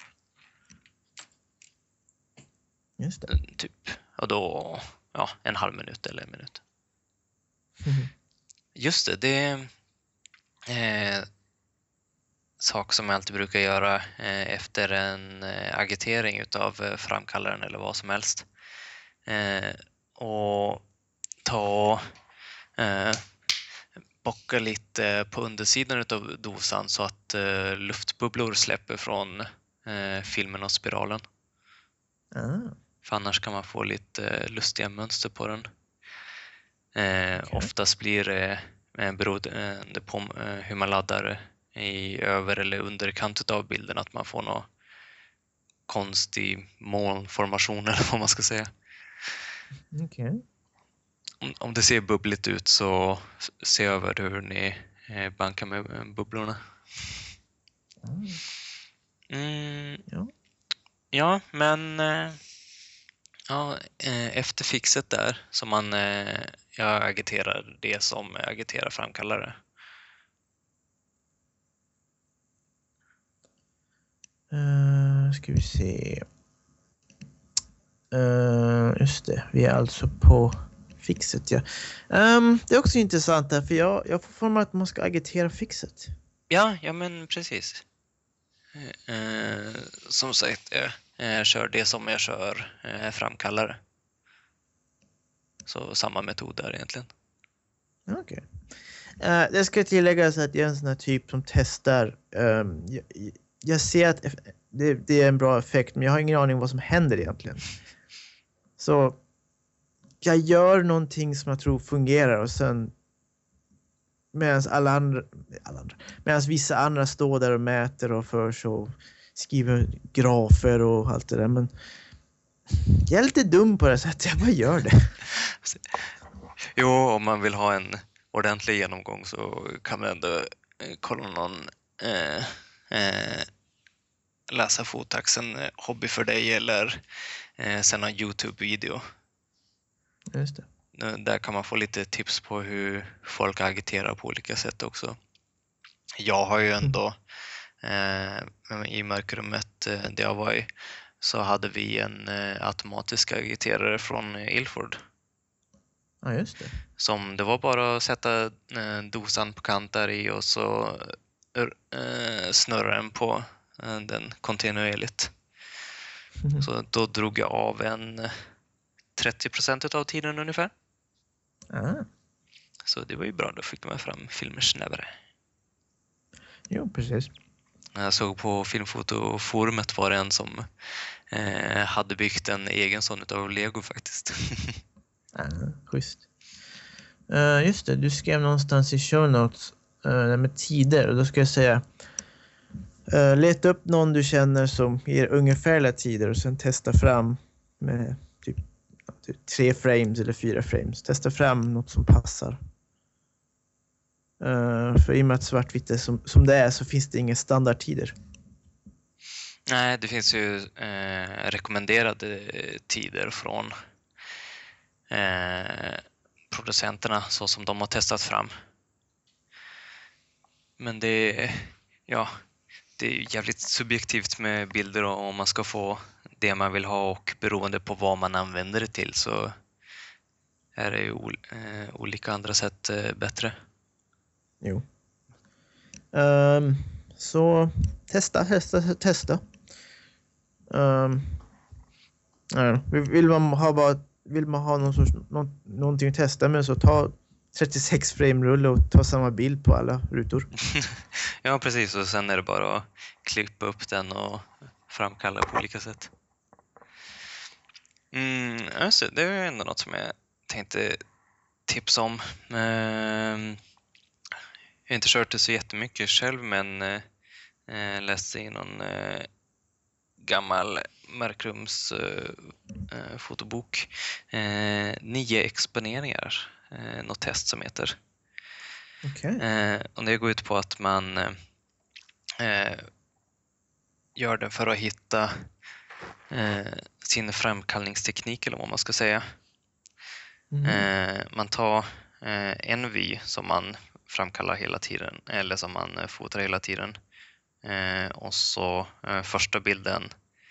Just det. Typ. Och då ja, en halv minut eller en minut. Mm. Just det, det är eh, sak som jag alltid brukar göra eh, efter en eh, agitering utav eh, framkallaren eller vad som helst. Eh, och ta eh, bocka lite på undersidan utav dosan så att eh, luftbubblor släpper från eh, filmen och spiralen. Ah. För annars kan man få lite eh, lustiga mönster på den. Eh, Okay. Oftast blir det eh, beroende på eh, hur man laddar i över- eller underkant av bilden att man får någon konstig molnformation eller vad man ska säga. Okej. Okay. Om, om det ser bubbligt ut så se över hur ni eh, bankar med eh, bubblorna. Mm, Ja. ja, men eh, ja, eh, efter fixet där som man eh, jag agiterar det som agiterar framkallare. Uh, ska vi se. Uh, just det, vi är alltså på fixet. Ja. Um, det är också intressant här, för jag, jag får för mig att man ska agitera fixet. Ja, ja men precis. Eh, som sagt, jag, jag kör det som jag kör eh, framkallare. Så samma metod där egentligen. Okej. Okay. Uh, det ska tilläggas att jag är en sån här typ som testar. Um, jag, jag ser att det, det är en bra effekt, men jag har ingen aning om vad som händer egentligen. Så jag gör någonting som jag tror fungerar och sen medan alla andra, alla andra medan vissa andra står där och mäter och för så skriver grafer och allt det där, men jag är lite dum på det sättet, jag bara gör det. Jo, om man vill ha en ordentlig genomgång så kan man ändå kolla någon eh, eh, läsa Fotax, en hobby för dig, eller eh, sen en YouTube-video. Just det. Där kan man få lite tips på hur folk agiterar på olika sätt också. Jag har ju ändå eh, i mörkrummet eh, där jag var i, så hade vi en eh, automatisk agiterare från Ilford. Ja, just det. Som det var bara att sätta eh, dosan på kant där i och så eh, snurra den på eh, den kontinuerligt. Mm. Så då drog jag av en trettio procent av tiden ungefär. Ah. Så det var ju bra, då fick man fram filmer snabbare. Jo, precis. Jag såg på filmfotoforumet var det en som eh, hade byggt en egen sån utav Lego faktiskt. Ah, schysst. Uh, just det, du skrev någonstans i show notes uh, med tider, och då ska jag säga uh, leta upp någon du känner som ger ungefärliga tider och sen testa fram med typ, typ tre frames eller fyra frames. Testa fram något som passar. Uh, för i och med att svartvitt är som, som det är så finns det inga standardtider. Nej, det finns ju eh, rekommenderade tider från eh, producenterna så som de har testat fram. Men det, ja, det är jävligt subjektivt med bilder och om man ska få det man vill ha, och beroende på vad man använder det till så är det ju ol- eh, olika andra sätt eh, bättre. Jo. Um, så testa, testa, testa. Um, nej, vill man ha bara vill man ha någon sorts, någon, någonting att testa med, så ta trettiosex frame rulle och ta samma bild på alla rutor. Ja, precis. Och sen är det bara att klippa upp den och framkalla på olika sätt. Mm, alltså, det är ändå något som jag tänkte tipsa om. Um, Jag har inte kört det så jättemycket själv, men eh, läste i någon eh, gammal mörkrums eh, eh, fotobok. Eh, nio exponeringar, eh, något test som heter. Okay. Eh, och det går ut på att man eh, gör det för att hitta eh, sin framkallningsteknik, eller vad man ska säga. Mm. Eh, man tar eh, en vy som man framkallar hela tiden, eller som man eh, fotar hela tiden. Eh, och så eh, första bilden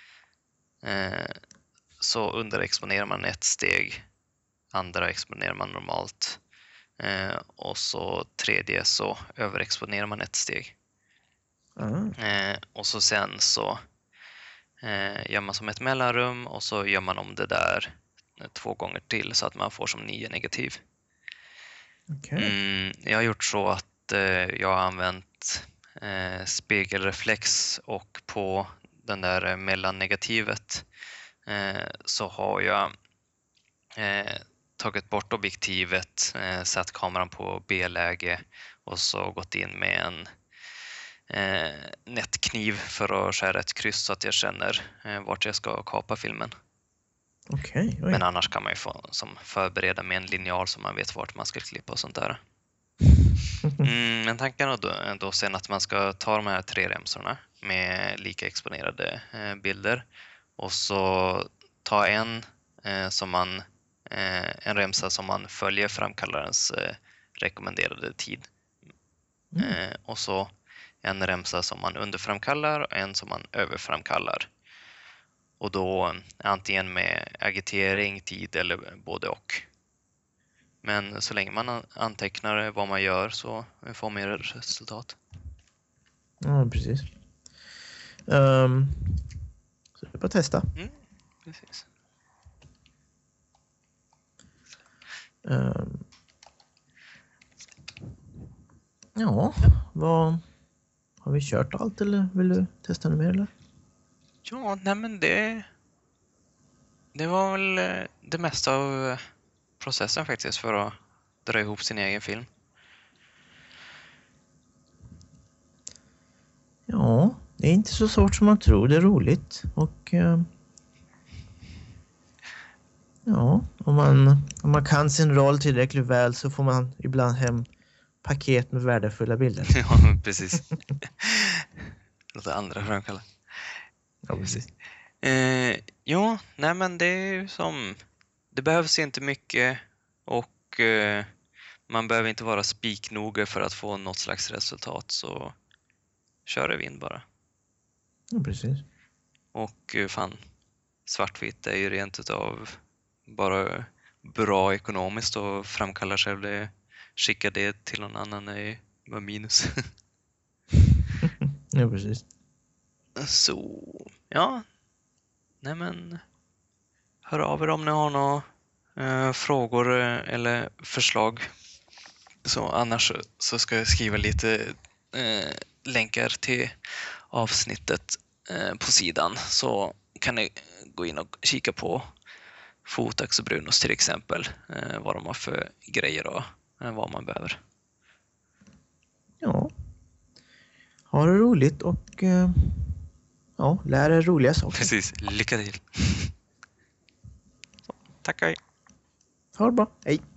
eh, så underexponerar man ett steg, andra exponerar man normalt eh, och så tredje så överexponerar man ett steg. Mm. Eh, och så sen så eh, gör man som ett mellanrum och så gör man om det där eh, två gånger till så att man får som nio negativ. Okay. Mm, jag har gjort så att eh, jag har använt eh, spegelreflex, och på den där mellannegativet eh, så har jag eh, tagit bort objektivet, eh, satt kameran på B-läge och så gått in med en eh, nättkniv för att skära ett kryss så att jag känner eh, vart jag ska kapa filmen. Okay, Men annars kan man ju få, som förbereda med en linjal så man vet vart man ska klippa och sånt där. Mm, men tanken är då, då sen att man ska ta de här tre remsorna med lika exponerade eh, bilder och så ta en eh, som man eh, en remsa som man följer framkallarens eh, rekommenderade tid. Mm. Eh, och så en remsa som man underframkallar och en som man överframkallar. Och då antingen med agitering, tid eller både och. Men så länge man antecknar vad man gör så får man resultat. Ja, precis. Um, så det är bara att testa. Mm, precis. Um, ja, vad, har vi kört allt eller vill du testa något mer eller? Ja, nej men det... Det var väl eh, det mesta av eh, processen faktiskt för att dra ihop sin egen film. Ja, det är inte så svårt som man tror. Det är roligt. Och eh, ja, om man, om man kan sin roll tillräckligt väl så får man ibland hem paket med värdefulla bilder. Ja, precis. Låter andra framkalla. Ja, precis. Eh, ja, nej men det är ju som... Det behövs inte mycket och eh, man behöver inte vara spiknoga för att få något slags resultat, så kör det in bara. Ja, precis. Och eh, fan, svartvitt är ju rent utav bara bra ekonomiskt och framkallar själv det. Skicka det till någon annan är bara minus. Ja, precis. Så, ja. Nej men, hör av er om ni har några eh, frågor eh, eller förslag. Så annars så ska jag skriva lite eh, länkar till avsnittet eh, på sidan, så kan ni gå in och kika på Fotax och Brunos till exempel, eh, vad de har för grejer och eh, vad man behöver. Ja. Ha det roligt och eh, ja, lär er roliga saker. Precis, lycka till. Så, tack, hej. Ha det bra. Hej.